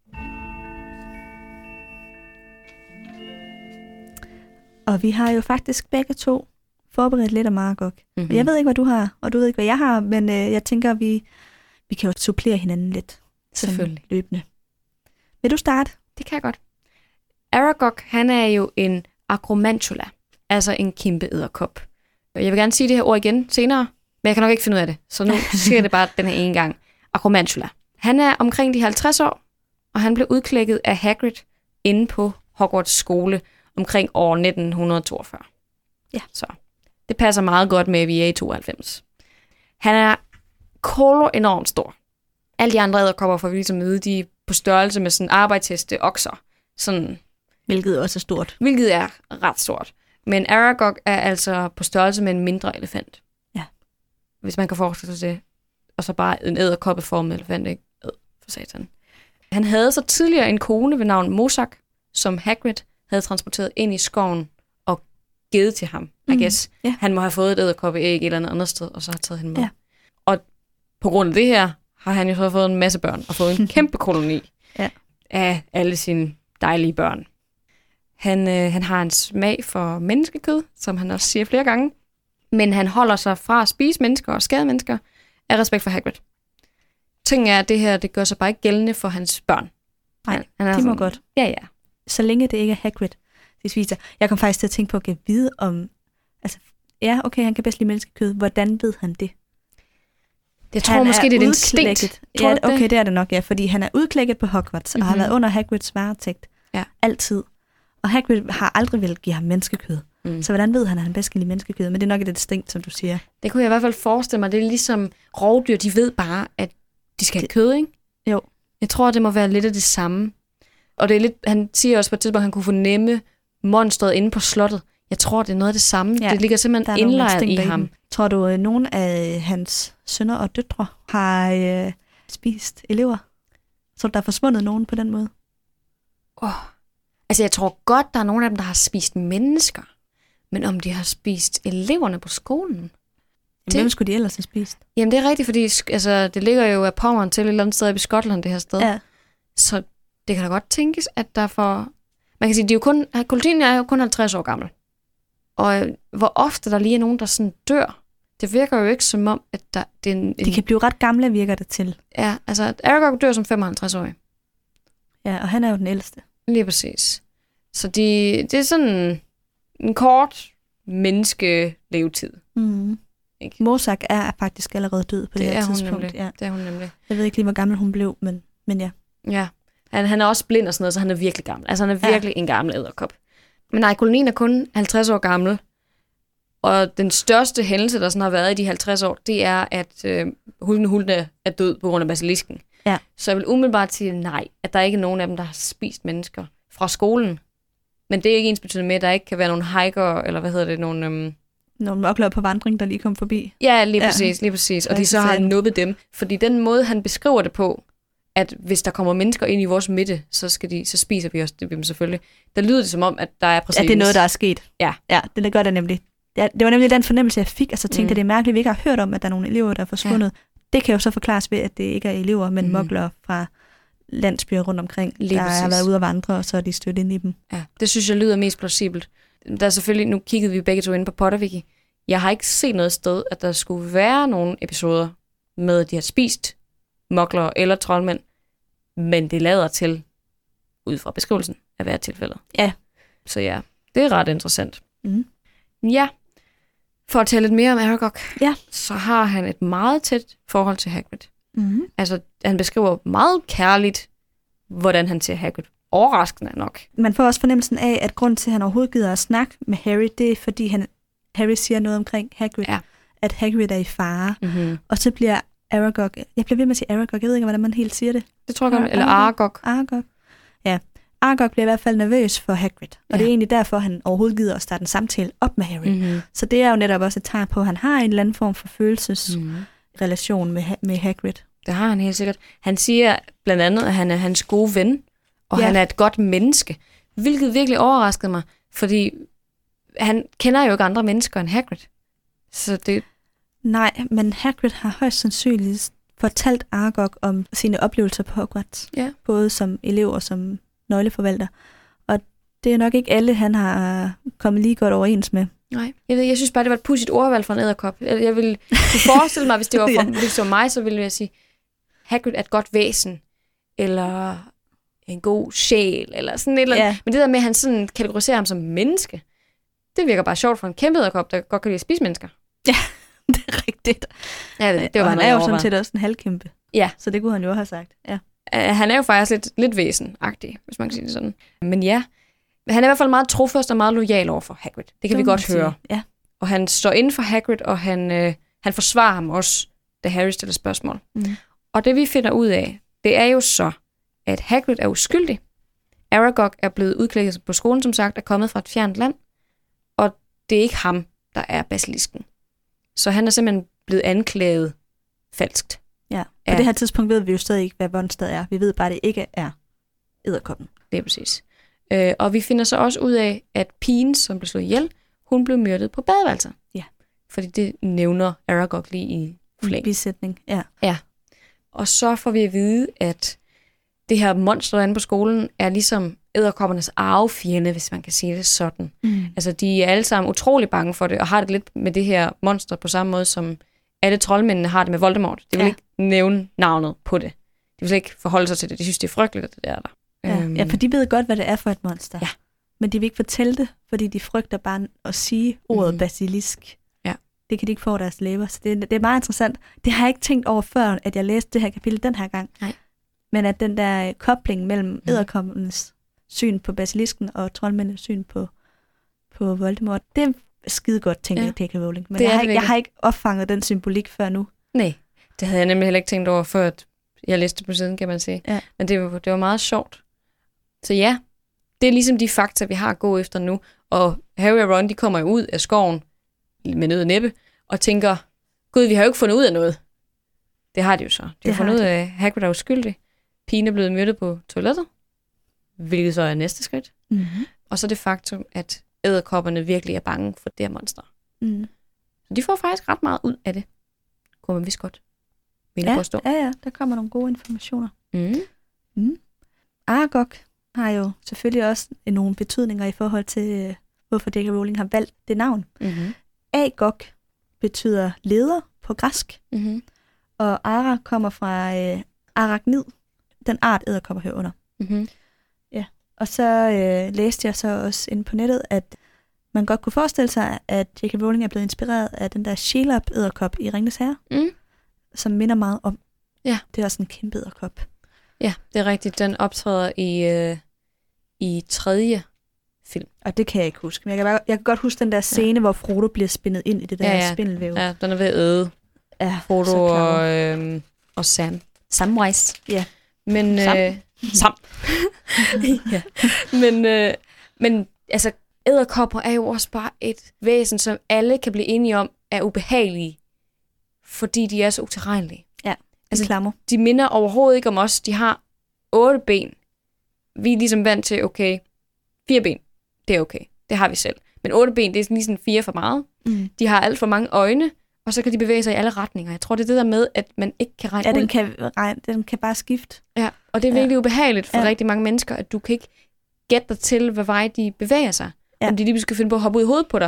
Og vi har jo faktisk begge to forberedt lidt af Margok. Mm-hmm. Jeg ved ikke, hvad du har, og du ved ikke, hvad jeg har, men øh, jeg tænker, vi, vi kan jo supplere hinanden lidt. Selvfølgelig. Løbende. Vil du starte? Det kan jeg godt. Aragog, han er jo en Agromantula, altså en kæmpe edderkop. Jeg vil gerne sige det her ord igen senere, men jeg kan nok ikke finde ud af det, så nu siger jeg det bare den her ene gang. Agromantula. Han er omkring de halvtreds år, og han blev udklækket af Hagrid inde på Hogwarts skole omkring år nitten toogfyrre. Ja. Så det passer meget godt med, at vi er i tooghalvfems. Han er kolo enormt stor. Alle de andre edderkopper får vi ligesom med, de er på størrelse med sådan arbejdsheste okser. Sådan, hvilket også er stort. Hvilket er ret stort. Men Aragog er altså på størrelse med en mindre elefant. Ja. Hvis man kan forestille sig det. Og så bare en edderkoppeformet elefant, ikke? Æd, for satan. Han havde så tidligere en kone ved navn Mozak, som Hagrid havde transporteret ind i skoven og givet til ham. Mm. I guess. Yeah. Han må have fået et edderkoppeæg et eller andet andet sted, og så har taget hende med. Yeah. Og på grund af det her, har han jo så fået en masse børn, og fået en kæmpe koloni yeah. af alle sine dejlige børn. Han, øh, han har en smag for menneskekød, som han også siger flere gange, men han holder sig fra at spise mennesker og skade mennesker af respekt for Hagrid. Tingen er, at det her, det gør sig bare ikke gældende for hans børn. Nej, han er de må sådan, godt. Ja, ja. Så længe det ikke er Hagrid, det spiser. Jeg kom faktisk til at tænke på at give vide om, altså, ja, okay, han kan bedst lide menneskekød. Hvordan ved han det? Jeg tror han måske, er det er et instinkt. Ja, okay, det er det nok, ja, fordi han er udklækket på Hogwarts, mm-hmm. og har været under Hagrids varetægt. Ja. Altid. Og Hagrid har aldrig vel give ham menneskekød. Mm. Så hvordan ved han, at han bedst kan lide menneskekød? Men det er nok et instinkt, som du siger. Det kunne jeg i hvert fald forestille mig. Det er ligesom rovdyr, de ved bare, at de skal have kød, ikke? Jo. Jeg tror, det må være lidt af det samme. Og det er lidt, han siger også på et tidspunkt, at han kunne fornemme monstret inde på slottet. Jeg tror, det er noget af det samme. Ja, det ligger simpelthen indlejret i ham. Tror du, at nogen af hans sønner og døtre har øh, spist elever? Så der er forsvundet nogen på den måde? Åh. Oh. Altså, jeg tror godt, der er nogen af dem, der har spist mennesker. Men om de har spist eleverne på skolen? Jamen, det... Hvem skulle de ellers have spist? Jamen, det er rigtigt, fordi altså, det ligger jo af Pommern til et eller andet sted i Skotland, det her sted. Ja. Så det kan da godt tænkes, at der får... Man kan sige, de er jo kun... Kolotinen er jo kun halvtreds år gammel. Og hvor ofte der lige er nogen, der sådan dør, det virker jo ikke som om, at der... Det er en, de kan blive ret gamle, virker det til. Ja, altså, Aragog dør som femoghalvtreds-årig. Ja, og han er jo den ældste. Lige præcis. Så de, det er sådan en kort menneskelevetid. Mm. Ikke? Mozart er faktisk allerede død på det, det her tidspunkt. Ja. Det er hun nemlig. Jeg ved ikke lige, hvor gammel hun blev, men, men ja. Ja, han, han er også blind og sådan noget, så han er virkelig gammel. Altså, han er virkelig ja. en gammel edderkop. Men nej, kolonien er kun halvtreds år gammel. Og den største hændelse, der sådan har været i de halvtreds år, det er, at øh, hulden hulden er død på grund af basilisken. Ja. Så jeg vil umiddelbart sige nej, at der ikke er nogen af dem, der har spist mennesker fra skolen. Men det er ikke ensbetydende med, at der ikke kan være nogle hiker, eller hvad hedder det, nogle... Øhm... Nogle mokler på vandring, der lige kom forbi. Ja, lige præcis, ja. lige præcis. Og de så har nubbet dem. Fordi den måde, han beskriver det på, at hvis der kommer mennesker ind i vores midte, så, skal de, så spiser vi også dem selvfølgelig. Der lyder det som om, at der er præcis... Ja, det er noget, der er sket. Ja. Ja, det gør det nemlig. Ja, det var nemlig den fornemmelse, jeg fik, og så tænkte mm. jeg, det er mærkeligt, at vi ikke har hørt om, at der er nogle elever, der er forsvundet. Ja. Det kan jo så forklares ved, at det ikke er elever, men mm. mokler fra landsbyer rundt omkring, lige der præcis. har været ude at vandre, og så er de stødt ind i dem. Ja, det synes jeg lyder mest plausibelt. Der er selvfølgelig, nu kiggede vi begge to ind på Potterwiki. Jeg har ikke set noget sted, at der skulle være nogle episoder med, at de har spist mokler eller troldmænd, men det lader til, ud fra beskrivelsen, at være tilfældet. Ja. Så ja, det er ret interessant. Mm. Ja, for at tale lidt mere om Aragog, ja. så har han et meget tæt forhold til Hagrid. Mm. Altså, han beskriver meget kærligt, hvordan han ser Hagrid. Overraskende nok. Man får også fornemmelsen af, at grund til, at han overhovedet gider at snakke med Harry, det er, fordi han, Harry siger noget omkring Hagrid. Ja. At Hagrid er i fare. Mm-hmm. Og så bliver Aragog... Jeg bliver ved med at sige Aragog. Jeg ved ikke, hvordan man helt siger det. Det tror jeg godt. Eller Aragog. Aragog. Ja. Aragog bliver i hvert fald nervøs for Hagrid. Og ja. det er egentlig derfor, han overhovedet gider at starte en samtale op med Harry. Mm-hmm. Så det er jo netop også et tegn på, at han har en eller anden form for følelsesrelation mm-hmm. med, med Hagrid. Det har han helt sikkert. Han siger blandt andet, at han er hans gode ven, og ja. han er et godt menneske. Hvilket virkelig overraskede mig, fordi han kender jo ikke andre mennesker end Hagrid. Så det... Nej, men Hagrid har højst sandsynligt fortalt Aragog om sine oplevelser på Hogwarts. Ja. Både som elev og som nøgleforvalter. Og det er nok ikke alle, han har kommet lige godt overens med. Nej, jeg, ved, jeg synes bare, det var et pudsigt ordvalg for en edderkop. Jeg, jeg ville forestille mig, hvis det var for, ja. hvis det var mig, så ville jeg sige, Hagrid er et godt væsen, eller en god sjæl, eller sådan et eller andet. Ja. Men det der med, at han sådan kategoriserer ham som menneske, det virker bare sjovt for en kæmpe edderkop, der godt kan lide at spise mennesker. Ja, det er rigtigt. Ja, det, det var og han er jo sådan set også en halvkæmpe. Ja. Så det kunne han jo have sagt. Ja. Uh, han er jo faktisk lidt, lidt væsenagtig, hvis man kan sige det sådan. Men ja, han er i hvert fald meget trofast og meget lojal over for Hagrid. Det kan det vi godt sige. høre. Ja. Og han står inden for Hagrid, og han, øh, han forsvarer ham også, da Harry stiller spørgsmål. Mm. Og det vi finder ud af, det er jo så, at Hagrid er uskyldig. Aragog er blevet udklækket på skolen, som sagt, er kommet fra et fjernt land. Og det er ikke ham, der er basilisken. Så han er simpelthen blevet anklaget falskt. Ja, på det her tidspunkt ved vi jo stadig ikke, hvad Vonstad er. Vi ved bare, at det ikke er edderkoppen. Det er præcis. Øh, og vi finder så også ud af, at pigen, som blev slået ihjel, hun blev myrdet på badeværelset. Ja. Fordi det nævner Aragog lige i flæng. Bisætning, ja. Ja. Og så får vi at vide, at det her monster derinde på skolen er ligesom edderkoppernes arvefjende, hvis man kan sige det sådan. Mm. Altså, de er alle sammen utrolig bange for det, og har det lidt med det her monster på samme måde, som alle troldmændene har det med Voldemort. De vil ja. ikke nævne navnet på det. De vil ikke forholde sig til det. De synes, det er frygteligt, at det er der. Ja, øhm. ja, for de ved godt, hvad det er for et monster. Ja. Men de vil ikke fortælle det, fordi de frygter bare at sige ordet mm. basilisk. Ja. Det kan de ikke få deres læber. Så det, det er meget interessant. Det har jeg ikke tænkt over før, at jeg læste det her kapitel den her gang. Nej. Men at den der kobling mellem mm. edderkoppernes syn på basilisken og troldmændenes syn på, på Voldemort, det er skide godt, tænker ja. jeg, J K. Rowling. Men jeg har, ikke, jeg har ikke opfanget den symbolik før nu. Nej, det havde jeg nemlig heller ikke tænkt over, før at jeg læste på siden, kan man sige. Ja. Men det var, det var meget sjovt. Så ja, det er ligesom de fakta, vi har at gå efter nu. Og Harry og Ron, de kommer jo ud af skoven med nød og næppe, og tænker, gud, vi har jo ikke fundet ud af noget. Det har de jo så. De det har fundet ud af, at Hagrid er uskyldig. Pigen er blevet myrdet på toilettet, hvilket så er næste skridt. Mm-hmm. Og så det faktum, at edderkopperne virkelig er bange for det her monster. Mm. Så de får faktisk ret meget ud af det. Kunne man vist godt vinde ja, på at stå. Ja, ja, der kommer nogle gode informationer. Mm. Mm. Aragog har jo selvfølgelig også nogle betydninger i forhold til, hvorfor J K. Rowling har valgt det navn. Mm-hmm. Agog betyder leder på græsk, mm-hmm. og Ara kommer fra øh, arachnid, den art edderkopper herunder. Mm-hmm. Ja. Og så øh, læste jeg så også inde på nettet, at man godt kunne forestille sig, at J K. Rowling er blevet inspireret af den der Shelob-edderkop i Ringenes Herre, Mm. som minder meget om. Ja. Det er også en kæmpe edderkop. Ja, det er rigtigt. Den optræder i, øh, i tredje film. Og det kan jeg ikke huske. Men jeg kan, bare, jeg kan godt huske den der scene, ja. hvor Frodo bliver spændet ind i det der ja, ja. spindelvæv. Ja, den er ved at æde Ja, Frodo og, øh, og Sam. Samwise. Ja. Men, Sam. Øh, Sam. ja. Men, øh, men altså, edderkopper er jo også bare et væsen, som alle kan blive enige om er ubehagelige, fordi de er så utilregnelige. Ja, altså, klammer. De minder overhovedet ikke om os. De har otte ben. Vi er ligesom vant til, okay, fire ben, det er okay. Det har vi selv. Men otte ben, det er lige sådan fire for meget. Mm. De har alt for mange øjne, og så kan de bevæge sig i alle retninger. Jeg tror, det er det der med, at man ikke kan regne ja, ud. den kan, regne, den kan bare skifte. Ja, og det er virkelig ja. ubehageligt for ja. rigtig mange mennesker, at du kan ikke gætte dig til, hvad vej de bevæger sig. Ja. Om de lige skal finde på at hoppe ud i hovedet på dig.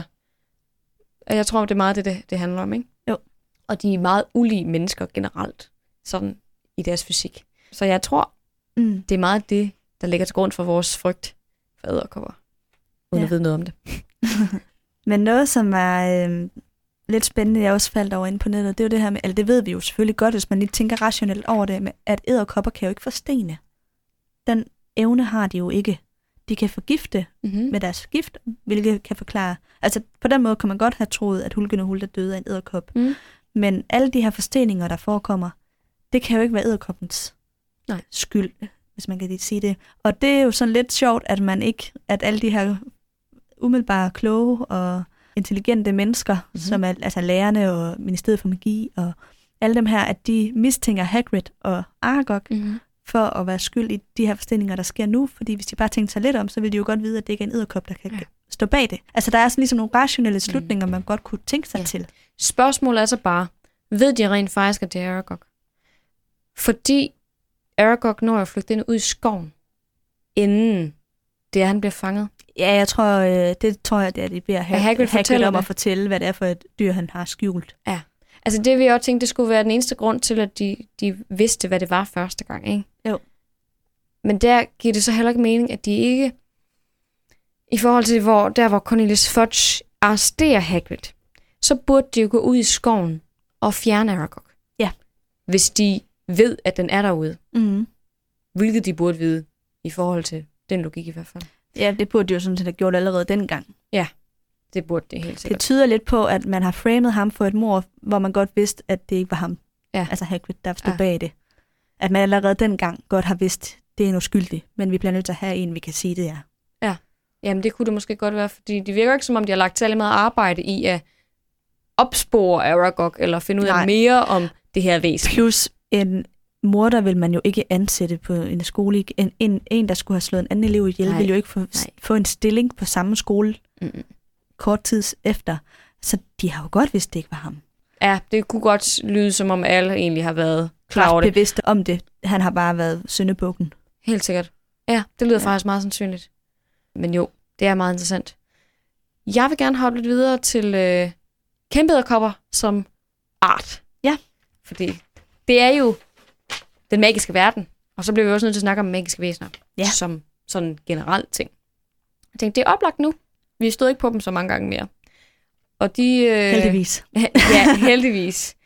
Og jeg tror, det er meget det, det, det handler om, ikke? Jo. Og de er meget ulige mennesker generelt, sådan i deres fysik. Så jeg tror, mm. det er meget det, der ligger til grund for vores frygt for edderkopper. Uden ja. at vide noget om det. Men noget, som er øh, lidt spændende, jeg også faldt over inde på nettet, det er jo det her med, altså det ved vi jo selvfølgelig godt, hvis man lige tænker rationelt over det, med, at edderkopper kan jo ikke forstene. Den evne har de jo ikke. De kan forgifte mm-hmm. med deres gift, hvilket kan forklare. Altså på den måde kan man godt have troet, at Hulken og Hulda døde af en edderkop. Mm. Men alle de her forsteninger, der forekommer, det kan jo ikke være edderkoppens Nej. skyld, hvis man kan lige sige det. Og det er jo sådan lidt sjovt, at man ikke, at alle de her umiddelbare, kloge og intelligente mennesker, mm-hmm. som er altså lærerne og Ministeriet for Magi og alle dem her, at de mistænker Hagrid og Aragog mm-hmm. for at være skyld i de her forsteninger, der sker nu. Fordi hvis de bare tænker sig lidt om, så vil de jo godt vide, at det ikke er en edderkop, der kan ja. stå bag det. Altså der er sådan ligesom nogle rationelle slutninger, mm. man godt kunne tænke sig ja. til. Spørgsmålet er så bare, ved de rent faktisk, at det er Aragog? Fordi Aragog når at flygte ind ud i skoven, inden det er, han bliver fanget. Ja, jeg tror, øh, det tror jeg, det er, de beder Hagrid, Hagrid, Hagrid om at fortælle, hvad det er for et dyr, han har skjult. Ja, altså det vil jeg også tænke, det skulle være den eneste grund til, at de, de vidste, hvad det var første gang, ikke? Jo. Men der giver det så heller ikke mening, at de ikke, i forhold til hvor, der hvor Cornelius Fudge arresterer Hagrid, så burde de jo gå ud i skoven og fjerne Aragog. Ja. Hvis de ved, at den er derude. Mm. Hvilket de burde vide, i forhold til den logik i hvert fald. Ja, det burde de jo sådan set have gjort allerede dengang. Ja, det burde det helt sikkert. Det tyder lidt på, at man har framet ham for et mord, hvor man godt vidste, at det ikke var ham. Ja. Altså Hagrid, der stod ja. bag det. At man allerede dengang godt har vidst, det er en uskyldig, men vi bliver nødt til at have en, vi kan sige, det er. Ja, jamen det kunne det måske godt være, fordi det virker ikke, som om de har lagt særlig meget arbejde i at opspore Aragog, eller finde ud af Nej. mere om det her væsen. Plus en morder vil man jo ikke ansætte på en skole. En, en, en der skulle have slået en anden elev ihjel, Nej. vil jo ikke få, få en stilling på samme skole Mm-mm. kort tid efter. Så de har jo godt vidst, det ikke var ham. Ja, det kunne godt lyde, som om alle egentlig har været klar over det. bevidste om det. Han har bare været syndebukken. Helt sikkert. Ja, det lyder ja. faktisk meget sandsynligt. Men jo, det er meget interessant. Jeg vil gerne hoppe lidt videre til øh, kæmpe edderkopper som art. Ja. Fordi det er jo den magiske verden. Og så bliver vi også nødt til at snakke om magiske væsener. Ja. Som sådan en generelt ting. Jeg tænkte, det er oplagt nu. Vi stod ikke på dem så mange gange mere. Og de... Øh, heldigvis. ja, heldigvis.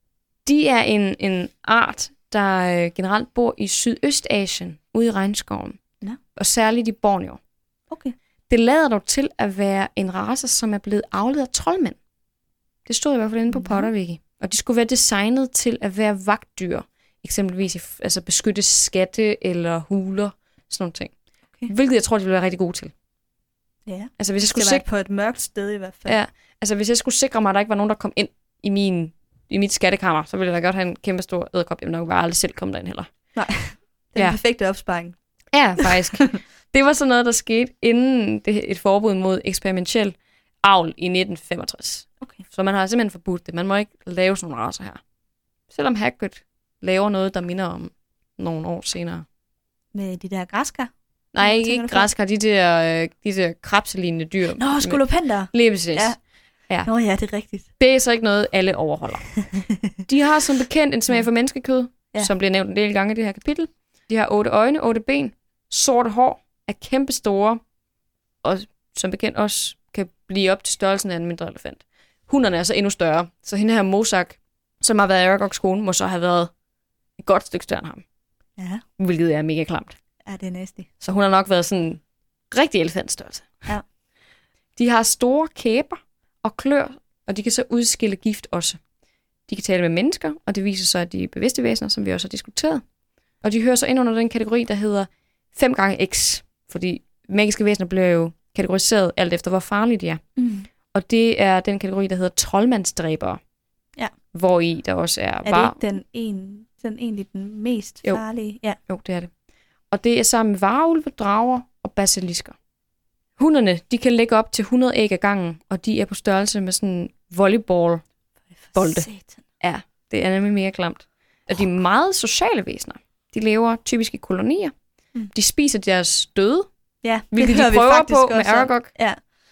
De er en, en art, der øh, generelt bor i Sydøstasien, ude i regnskoven. Ja. Og særligt i Borneo. Okay. Det lader dog til at være en race, som er blevet afledt af troldmænd. Det stod i hvert fald inde på Potterwiki. Og de skulle være designet til at være vagtdyr. Eksempelvis altså beskytte skatte eller huler. Sådan nogle ting. Okay. Hvilket jeg tror, de ville være rigtig gode til. Ja, altså, hvis jeg skulle det sikre... på et mørkt sted i hvert fald. Ja, altså hvis jeg skulle sikre mig, at der ikke var nogen, der kom ind i, min, i mit skattekammer, så ville jeg da godt have en kæmpe stor edderkop. Jeg ville nok bare aldrig selv komme derind heller. Nej, det er ja. en perfekte opsparing. Ja, faktisk. Det var sådan noget, der skete inden det, et forbud mod eksperimentel avl i nitten femogtres. Okay. Så man har simpelthen forbudt det. Man må ikke lave sådan nogle racer her. Selvom Hagrid laver noget, der minder om nogle år senere. Med de der græskar? Nej, ikke, ikke græskar. De der, de der krabselignende dyr. Nå, skolopender. Lige præcis. Ja. Ja. Nå ja, det er rigtigt. Det er så ikke noget, alle overholder. De har som bekendt en smag for menneskekød, ja. som bliver nævnt en del gange i det her kapitel. De har otte øjne, otte ben, sorte hår, er kæmpe store, og som bekendt også kan blive op til størrelsen af en mindre elefant. Hunderne er så endnu større, så hende her Mozak, som har været Aragogs kone, må så have været et godt stykke større end ham. Ja. Hvilket er mega klamt. Ja, det er nasty. Så hun har nok været sådan rigtig elefantstørrelse. Ja. De har store kæber og klør, og de kan så udskille gift også. De kan tale med mennesker, og det viser sig, at de er bevidste væsener, som vi også har diskuteret. Og de hører så ind under den kategori, der hedder fem gange X, fordi magiske væsener bliver jo kategoriseret alt efter, hvor farlige de er. Mm. Og det er den kategori, der hedder troldmandsdræbere. Ja. Hvor i der også er... Er det ikke den, en, den egentlig den mest jo. farlige? Ja. Jo, det er det. Og det er sammen med varulve, drager og basilisker. Hunderne, de kan lægge op til hundrede æg ad gangen, og de er på størrelse med sådan volleyball-bolde. Ja, det er nemlig mere klamt. Og de er meget sociale væsener. De lever typisk i kolonier. Mm. De spiser deres døde, ja, hvilket de prøver på med Aragog. Ja.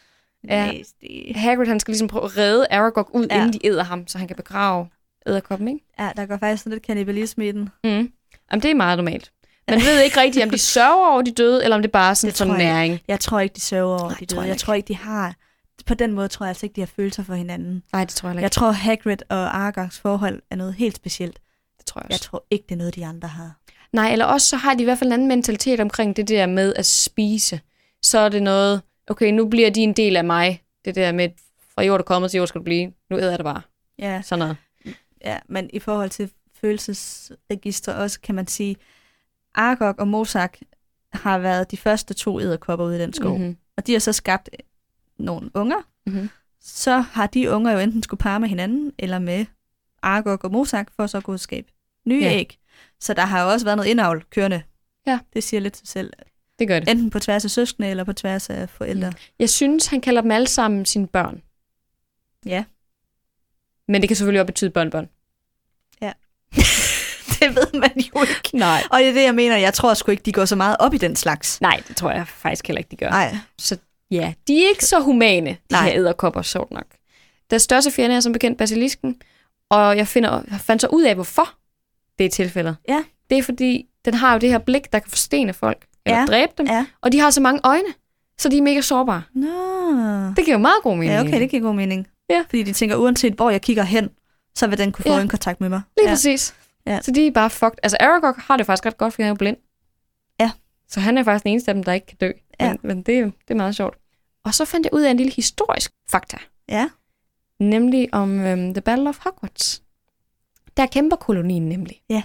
Ja. Hagrid, han skal ligesom prøve at redde Aragog ud, ja. inden de æder ham, så han kan begrave edderkoppen, ikke? Ja, der går faktisk sådan lidt kannibalisme i den. Mm. Jamen, det er meget normalt. Man ved ikke rigtigt, om de sørger over de døde, eller om det bare er sådan, sådan næring. Jeg, jeg tror ikke, de sørger over Nej, de døde. Jeg, jeg tror ikke, de har... På den måde tror jeg altså ikke, de har følelser for hinanden. Nej, det tror jeg ikke. Jeg tror, Hagrid og Aragogs forhold er noget helt specielt. Det tror jeg også. Jeg tror ikke, det er noget, de andre har. Nej, eller også så har de i hvert fald en anden mentalitet omkring det der med at spise. Så er det noget, okay, nu bliver de en del af mig. Det der med, fra jord er kommet til jord skal du blive. Nu æder jeg det bare. Ja. Sådan noget. Ja, men i forhold til følelsesregister også, kan man sige, Aragog og Mozak har været de første to edderkopper ude i den skov. Mm-hmm. Og de har så skabt nogle unger. Mm-hmm. Så har de unger jo enten skulle parre med hinanden, eller med Aragog og Mozak, for så at kunne skabe nye ja. æg. Så der har jo også været noget indavl kørende. Ja. Det siger lidt sig selv. Det gør det. Enten på tværs af søskende, eller på tværs af forældre. Mm. Jeg synes, han kalder dem alle sammen sine børn. Ja. Men det kan selvfølgelig også betyde børnebørn. Ja. Det ved man jo ikke. Nej. Og det er det, jeg mener. Jeg tror sgu ikke, de går så meget op i den slags. Nej, det tror jeg faktisk heller ikke, de gør. Nej. Så ja, de er ikke så humane, de Nej. her edderkopper, sjovt nok. Deres største fjende er som bekendt basilisken, og jeg, finder, jeg fandt så ud af, hvorfor det er tilfældet. Ja. Det er fordi, den har jo det her blik, der kan forstene folk, eller ja. dræbe dem, ja. og de har så mange øjne, så de er mega sårbare. Nå. Det giver jo meget god mening. Ja, okay, det giver god mening. Ja. Fordi de tænker, uanset hvor jeg kigger hen, så vil den kunne få ja. en kontakt med mig. Lige ja. præcis. Ja. Så de er bare fucked. Altså, Aragog har det faktisk ret godt, fordi han er blind. Ja. Så han er faktisk den eneste af dem, der ikke kan dø. Ja. Men, men det, det er meget sjovt. Og så fandt jeg ud af en lille historisk fakta. Ja. Nemlig om um, The Battle of Hogwarts. Der kæmper kolonien nemlig. Ja.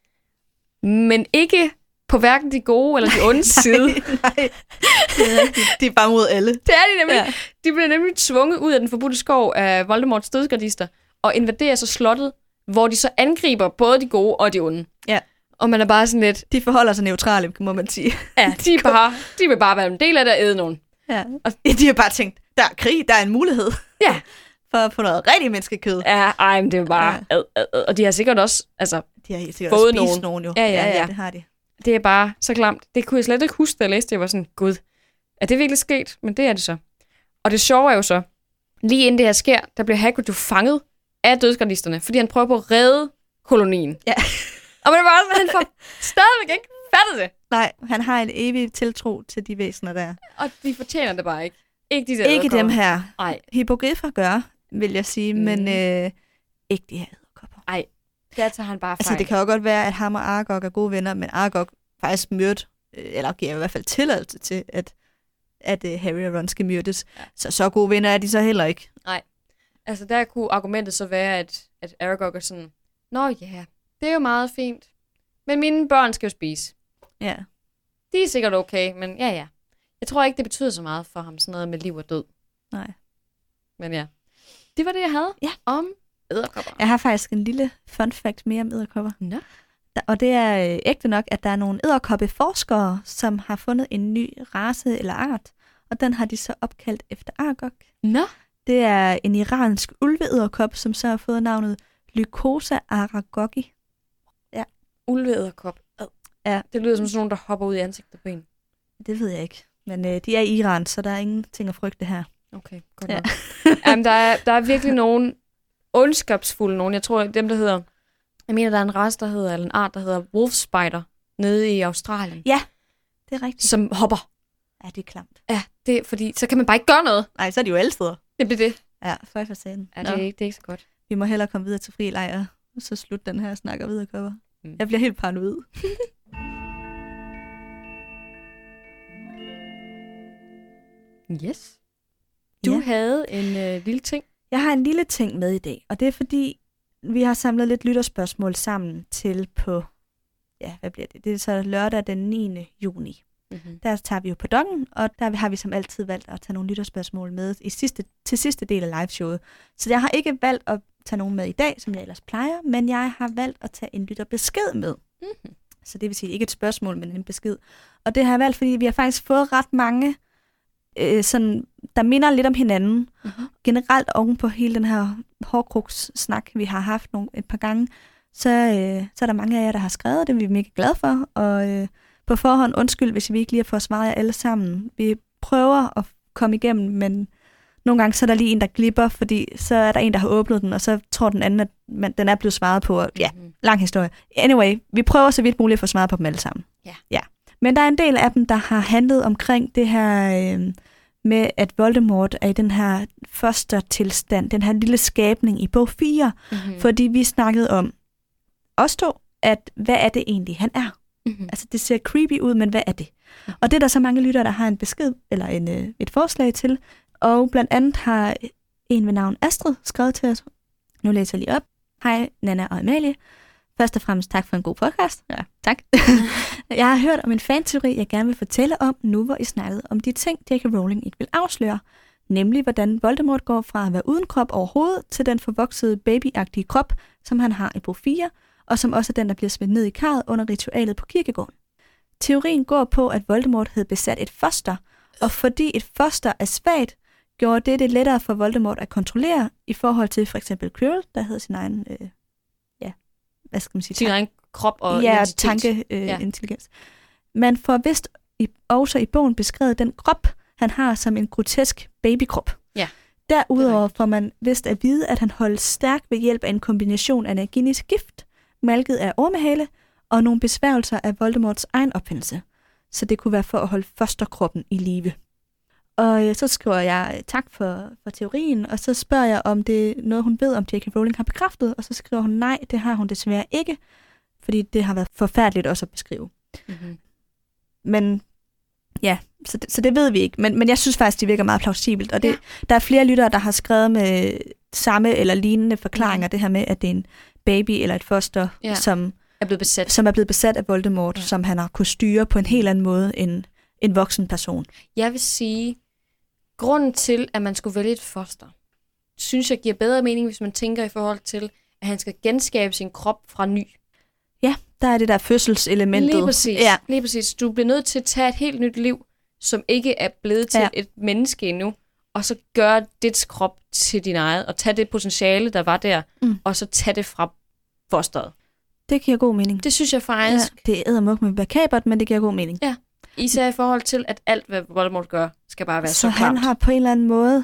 Men ikke på hverken de gode eller de onde side. Nej, de er bare mod alle. Det er de nemlig. Ja. De bliver nemlig tvunget ud af den forbudte skov af Voldemorts dødsgardister og invaderer så slottet, hvor de så angriber både de gode og de onde. Ja. Og man er bare sådan lidt... De forholder sig neutrale, må man sige. Ja, de, er bare, de vil bare være en del af det og æde nogen. Ja. Og de har bare tænkt, der er krig, der er en mulighed. Ja. For at få noget rigtig menneskekød. Ja, ej, men det er bare... Ja. Ad, ad, ad. Og de har sikkert også altså, de har sikkert fået spist nogen. nogen jo. Ja, ja, ja, ja, det har de. Det er bare så klamt. Det kunne jeg slet ikke huske, da jeg læste det. Jeg var sådan, gud, er det virkelig sket? Men det er det så. Og det sjove er jo så, lige inden det her sker, der bliver Hagrid jo fanget af dødsgardisterne, fordi han prøver på at redde kolonien. Ja. Og man er bare sådan, han får stadigvæk ikke fattet det. Nej, han har en evig tiltro til de væsener der. Og de fortjener det bare ikke. Ikke de der Ikke dem her. Nej. Hippogriffer gør, vil jeg sige, mm. men øh, ikke de her edderkopper. Nej, der tager han bare fejl. Altså, det kan jo godt være, at ham og Aragog er gode venner, men Aragog faktisk myrdet, eller giver i hvert fald tilladelse til, at, at uh, Harry og Ron skal myrdes. Ja. Så så gode venner er de så heller ikke. Nej. Altså, der kunne argumentet så være, at, at Aragog er sådan, nå ja, det er jo meget fint, men mine børn skal jo spise. Ja. De er sikkert okay, men ja, ja. Jeg tror ikke, det betyder så meget for ham, sådan noget med liv og død. Nej. Men ja, det var det, jeg havde ja. om edderkopper. Jeg har faktisk en lille fun fact mere om edderkopper. Nå. Og det er øh, ægte nok, at der er nogle edderkoppeforskere, som har fundet en ny race eller art, og den har de så opkaldt efter Aragog. Nå. Det er en iransk ulveedderkop, som så har fået navnet Lycosa aragogi. Ja. Ulveedderkop. Ja. Det lyder som sådan nogen, der hopper ud i ansigtet på en. Det ved jeg ikke. Men øh, de er i Iran, så der er ingenting at frygte her. Okay, godt nok. Ja. Jamen, der, er, der er virkelig nogen ondskabsfulde nogen. Jeg tror, dem, der hedder... Jeg mener, der er en race, der hedder, eller en art, der hedder wolf spider, nede i Australien. Ja, det er rigtigt. Som hopper. Ja, det er klamt. Ja, Det, fordi så kan man bare ikke gøre noget. Nej, så er de jo alle steder. Det bliver det. Ja, for facaden. Ja, det er, ikke, det er ikke så godt. Vi må hellere komme videre til fri lejr, og så slut den her snak og videre cover. Mm. Jeg bliver helt paranoid. Yes. Du ja. havde en øh, lille ting. Jeg har en lille ting med i dag, og det er fordi, vi har samlet lidt lytterspørgsmål sammen til på, ja, hvad bliver det? Det er så lørdag den niende juni. Mm-hmm. Der tager vi jo på Doggen, og der har vi som altid valgt at tage nogle lytterspørgsmål med i sidste, til sidste del af liveshowet. Så jeg har ikke valgt at tage nogen med i dag, som jeg ellers plejer, men jeg har valgt at tage en lytterbesked med. Mm-hmm. Så det vil sige ikke et spørgsmål, men en besked. Og det har jeg valgt, fordi vi har faktisk fået ret mange, øh, sådan, der minder lidt om hinanden. Mm-hmm. Generelt oven på hele den her hårdkruks-snak, vi har haft nogle, et par gange, så, øh, så er der mange af jer, der har skrevet, det er vi mega glade for, og øh, på forhånd undskyld, hvis vi ikke lige har fået svaret jer alle sammen. Vi prøver at komme igennem, men nogle gange så er der lige en, der glipper, fordi så er der en, der har åbnet den, og så tror den anden, at man, den er blevet svaret på. Og, ja, mm-hmm. lang historie. Anyway, vi prøver så vidt muligt at få svaret på dem alle sammen. Ja. ja. Men der er en del af dem, der har handlet omkring det her øh, med, at Voldemort er i den her fostertilstand, den her lille skabning i bog fire, mm-hmm. fordi vi snakkede om os to, at hvad er det egentlig, han er? Mm-hmm. Altså, det ser creepy ud, men hvad er det? Mm-hmm. Og det er der så mange lyttere, der har en besked, eller en, øh, et forslag til. Og blandt andet har en ved navn Astrid skrevet til os. Nu læser jeg lige op. Hej, Nana og Amalie. Først og fremmest tak for en god podcast. Ja, tak. Jeg har hørt om en fanteori, jeg gerne vil fortælle om, nu hvor I snakkede om de ting, J K Rowling ikke vil afsløre. Nemlig, hvordan Voldemort går fra at være uden krop overhovedet, til den forvoksede babyagtige krop, som han har i bog fire, og som også er den, der bliver smidt ned i karret under ritualet på kirkegården. Teorien går på, at Voldemort havde besat et foster, og fordi et foster er svagt, gjorde det det lettere for Voldemort at kontrollere i forhold til for eksempel Quirrell, der havde sin egen, øh, ja, hvad skal man sige? Sin egen krop og ja, tankeintelligens. Øh, ja. Man får vist i, også i bogen beskrevet den krop, han har som en grotesk babykrop. Ja. Derudover får man vist at vide, at han holdes stærk ved hjælp af en kombination af Nagini's gift, malket af ormehale, og nogle besværgelser af Voldemorts egen opfindelse. Så det kunne være for at holde fosterkroppen i live. Og så skriver jeg tak for, for teorien, og så spørger jeg, om det er noget, hun ved, om J K Rowling har bekræftet, og så skriver hun nej, det har hun desværre ikke, fordi det har været forfærdeligt også at beskrive. Mm-hmm. Men ja, så det, så det ved vi ikke, men, men jeg synes faktisk, det virker meget plausibelt, og det, ja. Der er flere lyttere, der har skrevet med samme eller lignende forklaringer, mm-hmm. det her med, at det er en baby eller et foster, ja. som, er blevet besat. som er blevet besat af Voldemort, ja. som han har kunnet styre på en helt anden måde end en voksen person. Jeg vil sige, grunden til, at man skulle vælge et foster, synes jeg giver bedre mening, hvis man tænker i forhold til, at han skal genskabe sin krop fra ny. Ja, der er det der fødselselementet. Lige præcis. Ja. Lige præcis. Du bliver nødt til at tage et helt nyt liv, som ikke er blevet til ja. et menneske endnu, og så gøre dets krop til din eget, og tage det potentiale, der var der, mm. og så tage det fra fosteret. Det giver god mening. Det synes jeg faktisk. Ja, det er eddermuk med bakabert, men det giver god mening. Ja. Især i forhold til, at alt, hvad Voldemort gør, skal bare være så, så klart. Så han har på en eller anden måde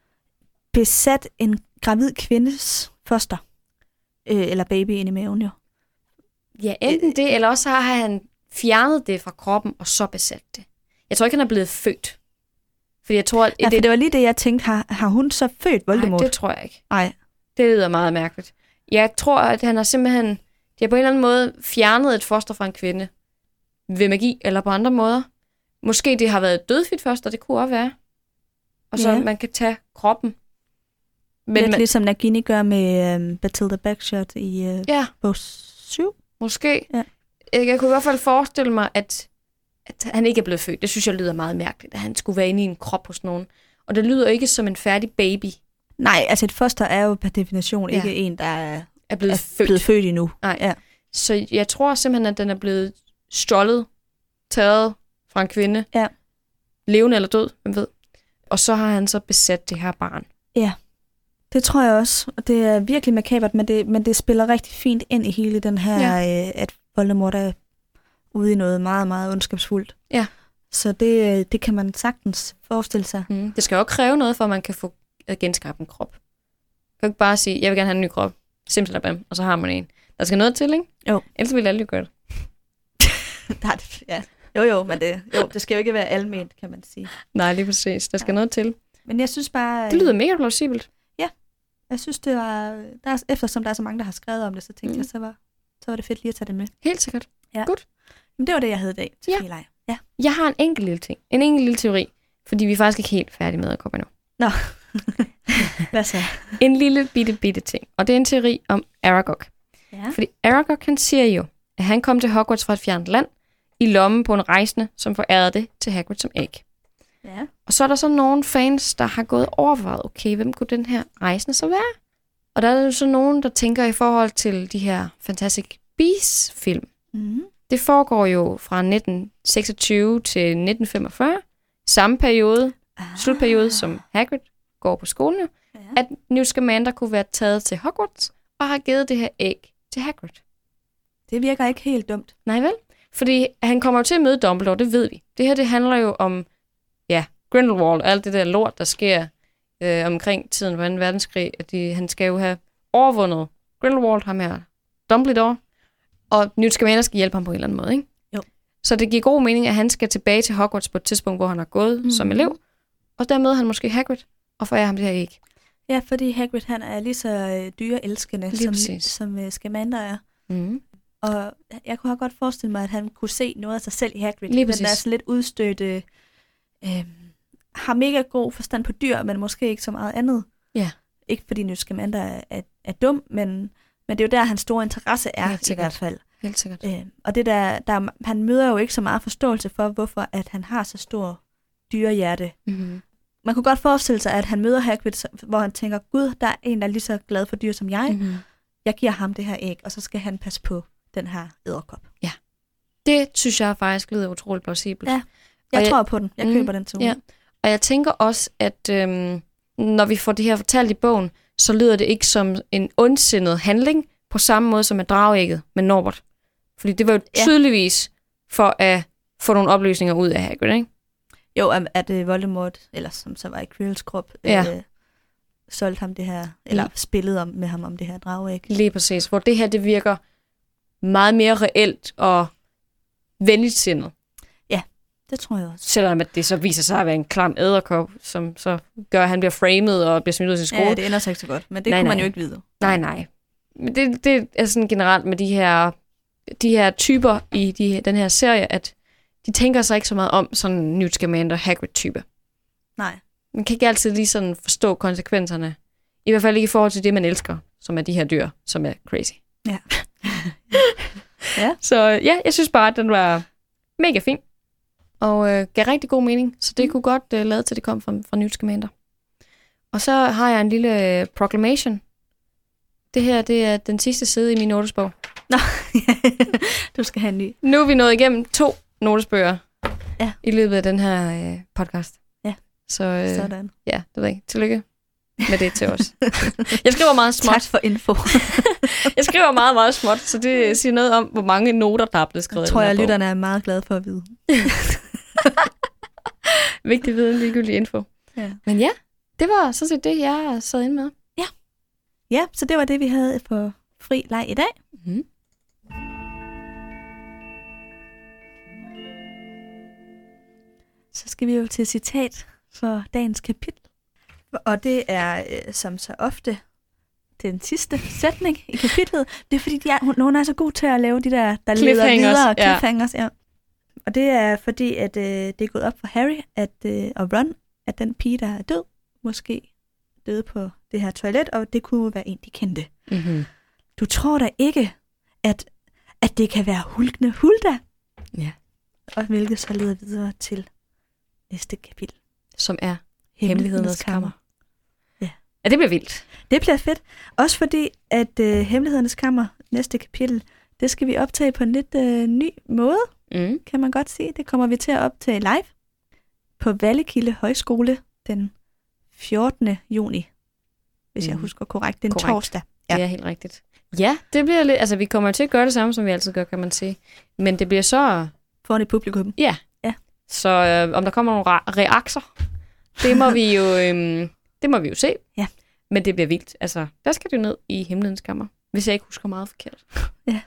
besat en gravid kvindes foster. Øh, eller baby inde i maven, jo. Ja, enten det, eller også har han fjernet det fra kroppen, og så besat det. Jeg tror ikke, han er blevet født. Fordi jeg tror, at ja, det... For det var lige det, jeg tænkte. Har, har hun så født Voldemort? Nej, det tror jeg ikke. Nej. Det lyder meget mærkeligt. Jeg tror, at han har simpelthen... De har på en eller anden måde fjernet et foster fra en kvinde. Ved magi, eller på andre måder. Måske det har været dødfødt først, og det kunne også være. Og så ja. man kan tage kroppen. Men lidt man... ligesom Nagini gør med um, Bathilda Bagshot i uh, ja. bog syv. Måske. Ja. Jeg kunne i hvert fald forestille mig, at, at han ikke er blevet født. Det synes jeg lyder meget mærkeligt, at han skulle være inde i en krop hos nogen. Og det lyder ikke som en færdig baby. Nej, altså et foster er jo per definition ja. ikke en, der er, er, blevet, er født. blevet født endnu. Nej. Ja. Så jeg tror simpelthen, at den er blevet stjålet, taget fra en kvinde. Ja. Levende eller død, hvem ved. Og så har han så besat det her barn. Ja, det tror jeg også. Og det er virkelig makabert, men det, men det spiller rigtig fint ind i hele den her, ja. øh, at Voldemort er ude i noget meget, meget ondskabsfuldt. Ja. Så det, det kan man sagtens forestille sig. Mm. Det skal jo kræve noget, for at man kan få genskabt en krop. Du kan ikke bare sige, jeg vil gerne have en ny krop. Simsalabam, og så har man en. Der skal noget til, ikke? Jo. Ellers vil alle jo gøre det. Der er det, ja. Jo, jo, men det, jo, det skal jo ikke være alment, kan man sige. Nej, lige præcis. Der skal ja. noget til. Men jeg synes bare... Det lyder mega plausibelt. Ja, jeg synes, det var... Der er, eftersom der er så mange, der har skrevet om det, så tænkte mm. jeg, så var, så var det fedt lige at tage det med. Helt sikkert. Ja. Godt. Men det var det, jeg havde i dag til ja. frileg. Ja. Jeg har en enkelt lille ting. En enkelt lille teori. Fordi vi er faktisk ikke helt færdige med at komme nu. Nå. Hvad så? En lille bitte, bitte ting. Og det er en teori om Aragog. Ja. Fordi Aragog, han siger jo, at han kom til Hogwarts fra et fjernt land, i lommen på en rejsende, som forærede det til Hagrid som æg. Ja. Og så er der så nogle fans, der har gået overvejet, okay, hvem kunne den her rejsende så være? Og der er jo så nogen, der tænker i forhold til de her Fantastic Beasts-film. Mm. Det foregår jo fra nitten seksogtyve til nitten femogfyrre, samme periode, ah. slutperiode, som Hagrid går på skolen, ja. At Newt Scamander kunne være taget til Hogwarts og har givet det her æg til Hagrid. Det virker ikke helt dumt. Nej vel? Fordi han kommer jo til at møde Dumbledore, det ved vi. Det her, det handler jo om, ja, Grindelwald og alt det der lort, der sker øh, omkring tiden på anden verdenskrig. At de, han skal jo have overvundet Grindelwald, ham her Dumbledore, og Newt Scamander skal hjælpe ham på en eller anden måde, ikke? Jo. Så det giver god mening, at han skal tilbage til Hogwarts på et tidspunkt, hvor han har gået mm. som elev, og der møder han måske Hagrid og forærer ham det her æg. Ja, fordi Hagrid, han er lige så øh, dyreelskende, som, som øh, Scamander er. Mm. Og jeg kunne have godt forestille mig, at han kunne se noget af sig selv i Hagrid. Lige den der sådan lidt udstødte, øh, har mega god forstand på dyr, men måske ikke så meget andet. Ja. Ikke fordi Newt Scamander er, er, er dum, men, men det er jo der, hans store interesse er i hvert fald. Helt sikkert. Øh, og det der, der, han møder jo ikke så meget forståelse for, hvorfor at han har så stor dyrehjerte. Mm-hmm. Man kunne godt forestille sig, at han møder Hagrid, hvor han tænker, gud, der er en, der er lige så glad for dyr som jeg. Mm-hmm. Jeg giver ham det her æg, og så skal han passe på den her edderkop. Ja. Det synes jeg faktisk lyder utroligt plausibelt. Ja, jeg, jeg tror på den. Jeg mm, køber den teori. Ja. Og jeg tænker også, at øhm, når vi får det her fortalt i bogen, så lyder det ikke som en ondsindet handling, på samme måde som med drageægget med Norbert. Fordi det var jo ja. tydeligvis for at få nogle oplysninger ud af Hagrid, ikke? Jo, at uh, Voldemort, eller som så var i Quirrells krop, ja. øh, solgte ham det her, eller ja. spillede om, med ham om det her drageæg. Lige præcis. Hvor det her, det virker meget mere reelt og venligt sindet. Ja, det tror jeg også. Selvom at det så viser sig at være en klam edderkop, som så gør, at han bliver framed og bliver smidt ud af sin skole. Ja, det ender så ikke så godt, men det nej, kunne nej. man jo ikke vide. Nej, nej. Men det, det er sådan generelt med de her, de her typer i de, den her serie, at de tænker sig ikke så meget om sådan en Newt Scamander Hagrid-type. Nej. Man kan ikke altid lige sådan forstå konsekvenserne. I hvert fald ikke i forhold til det, man elsker, som er de her dyr, som er crazy. Ja. ja. Så ja, jeg synes bare, at den var mega fin. Og øh, gav rigtig god mening. Så det mm. kunne godt øh, lade til, det kom fra, fra Newt Scamander. Og så har jeg en lille øh, proclamation. Det her, det er den sidste side i min notesbog. Nå, du skal have en ny. Nu er vi nået igennem to notesbøger ja. i løbet af den her øh, podcast. Ja, så, øh, sådan. Ja, det ved jeg ikke. Tillykke med det til os. Jeg skriver meget småt. Tak for info. Jeg skriver meget, meget småt, så det siger noget om, hvor mange noter, der er blevet skrevet. Jeg tror, jeg lytterne er meget glade for at vide. Vigtig viden, ligegyldig info. Ja. Men ja, det var sådan set det, jeg sad inde med. Ja. Ja, så det var det, vi havde på fri leg i dag. Mm-hmm. Så skal vi jo til citat for dagens kapitel. Og det er, øh, som så ofte, den sidste sætning i kapitlet. Det er fordi, de er, hun, hun er så god til at lave de der, der leder videre. Cliffhangers, ja. ja. Og det er fordi, at øh, det er gået op for Harry at, øh, og Ron, at den pige, der er død, måske døde på det her toilet, og det kunne være en, de kendte. Mm-hmm. Du tror da ikke, at, at det kan være hulkende Hulda? Ja. Og hvilket så leder videre til næste kapitel. Som er Hemmelighedernes Kammer. Ja. Ja, det bliver vildt. Det bliver fedt. Også fordi, at uh, Hemmelighedernes Kammer, næste kapitel, det skal vi optage på en lidt uh, ny måde, mm. kan man godt sige. Det kommer vi til at optage live på Vallekilde Højskole den fjortende juni, hvis mm. jeg husker korrekt. Den korrekt. torsdag. Ja. Det er helt rigtigt. Ja, det bliver lidt, altså vi kommer til at gøre det samme, som vi altid gør, kan man sige. Men det bliver så... Foran et publikum. Ja. ja. Så øh, om der kommer nogle re- reakser, det må vi jo øhm, det må vi jo se. Ja. Men det bliver vildt. Altså, der skal det jo ned i Hemmelighedernes Kammer, hvis jeg ikke husker meget forkert. Ja,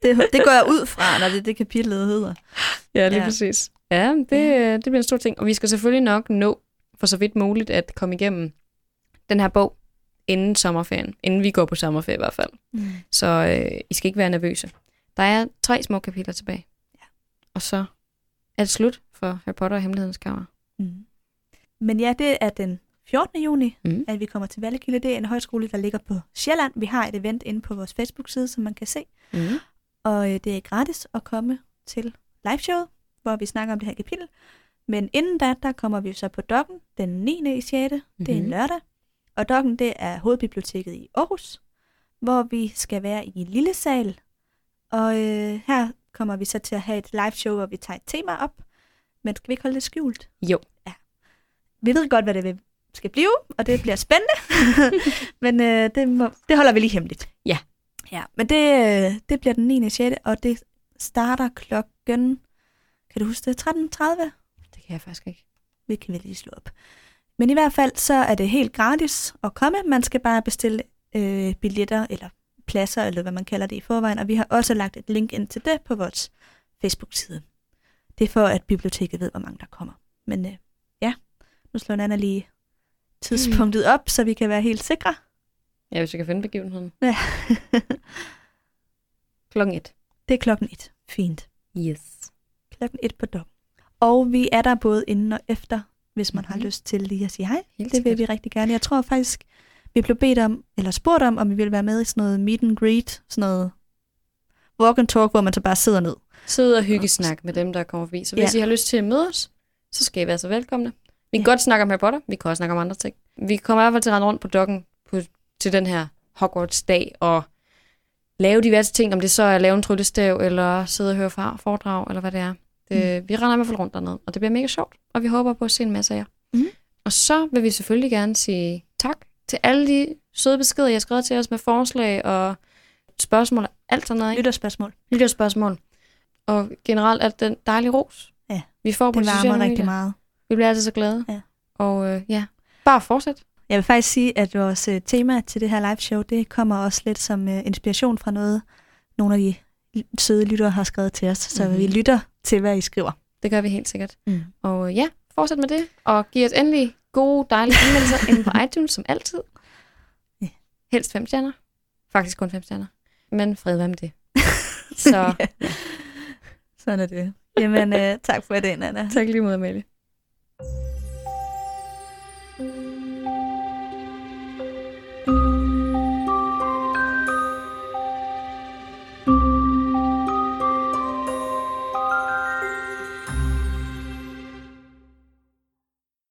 Det, det går jeg ud fra, når det det kapitlet hedder. Ja, lige ja. præcis. Ja, det, ja. det bliver en stor ting. Og vi skal selvfølgelig nok nå, for så vidt muligt, at komme igennem den her bog inden sommerferien. Inden vi går på sommerferie i hvert fald. Mm. Så øh, I skal ikke være nervøse. Der er tre små kapitler tilbage. Ja. Og så er det slut for Harry Potter og Hemmelighedens Kammer. Mm. Men ja, det er den fjortende juni, mm. at vi kommer til Vallekilde. Det er en højskole, der ligger på Sjælland. Vi har et event inde på vores Facebook-side, som man kan se. Mm. Og øh, det er gratis at komme til liveshowet, hvor vi snakker om det her kapitel. Men inden da, der kommer vi så på Dokken den niende i sjette Mm-hmm. Det er en lørdag. Og Dokken, det er hovedbiblioteket i Aarhus, hvor vi skal være i en lille sal. Og øh, her kommer vi så til at have et liveshow, hvor vi tager et tema op. Men skal vi ikke holde det skjult? Jo. Ja. Vi ved godt, hvad det skal blive, og det bliver spændende. Men øh, det, må, det holder vi lige hemmeligt. Ja. Ja, men det, øh, det bliver den niende i sjette og det starter klokken, kan du huske det, tretten tredive? Det kan jeg faktisk ikke. Det kan vi lige slå op. Men i hvert fald, så er det helt gratis at komme. Man skal bare bestille øh, billetter, eller pladser, eller hvad man kalder det i forvejen. Og vi har også lagt et link ind til det på vores Facebook-side. Det er for, at biblioteket ved, hvor mange der kommer. Men øh, ja, nu slår Nana lige tidspunktet op, så vi kan være helt sikre. Ja, hvis vi kan finde begivenheden. Ja. klokken et. Det er klokken et. Fint. Yes. Klokken et på Dokken. Og vi er der både inden og efter, hvis man mm-hmm. har lyst til lige at sige hej. Helt det vil sikkert. Vi rigtig gerne. Jeg tror faktisk, vi blev bedt om, eller spurgt om, om vi ville være med i sådan noget meet and greet, sådan noget walk and talk, hvor man så bare sidder ned. Sidde og hyggesnak med dem, der kommer forbi. Så hvis ja. I har lyst til at møde os, så skal I være så velkomne. Vi kan ja. godt snakke om Harry Potter, vi kan også snakke om andre ting. Vi kommer i hvert fald til at rende rundt på Dokken på, til den her Hogwarts-dag, og lave diverse ting, om det så er at lave en tryllestav, eller sidde og høre foredrag, eller hvad det er. Det, mm. Vi render i hvert fald rundt dernede, og det bliver mega sjovt, og vi håber på at se en masse af jer. Mm. Og så vil vi selvfølgelig gerne sige tak til alle de søde beskeder, jeg har skrevet til os med forslag og spørgsmål og alt sådan noget. Lytterspørgsmål. Lytterspørgsmål. Og generelt alt den dejlige ros, ja. vi får på det sociale medier. Rigtig meget. Vi bliver altid så glade. Ja. Og øh, ja, bare fortsæt. Jeg vil faktisk sige, at vores øh, tema til det her live show, det kommer også lidt som øh, inspiration fra noget, nogle af de søde lyttere har skrevet til os. Så mm-hmm. vi lytter til, hvad I skriver. Det gør vi helt sikkert. Mm. Og ja, fortsæt med det. Og giv os endelig gode, dejlige anmeldelser inde på iTunes, som altid. Ja. Helst fem stjerner. Faktisk kun fem stjerner. Men fred være med det. Så ja. Ja. Sådan er det. Jamen, øh, tak for det, Anna. Tak lige mod, Amalie.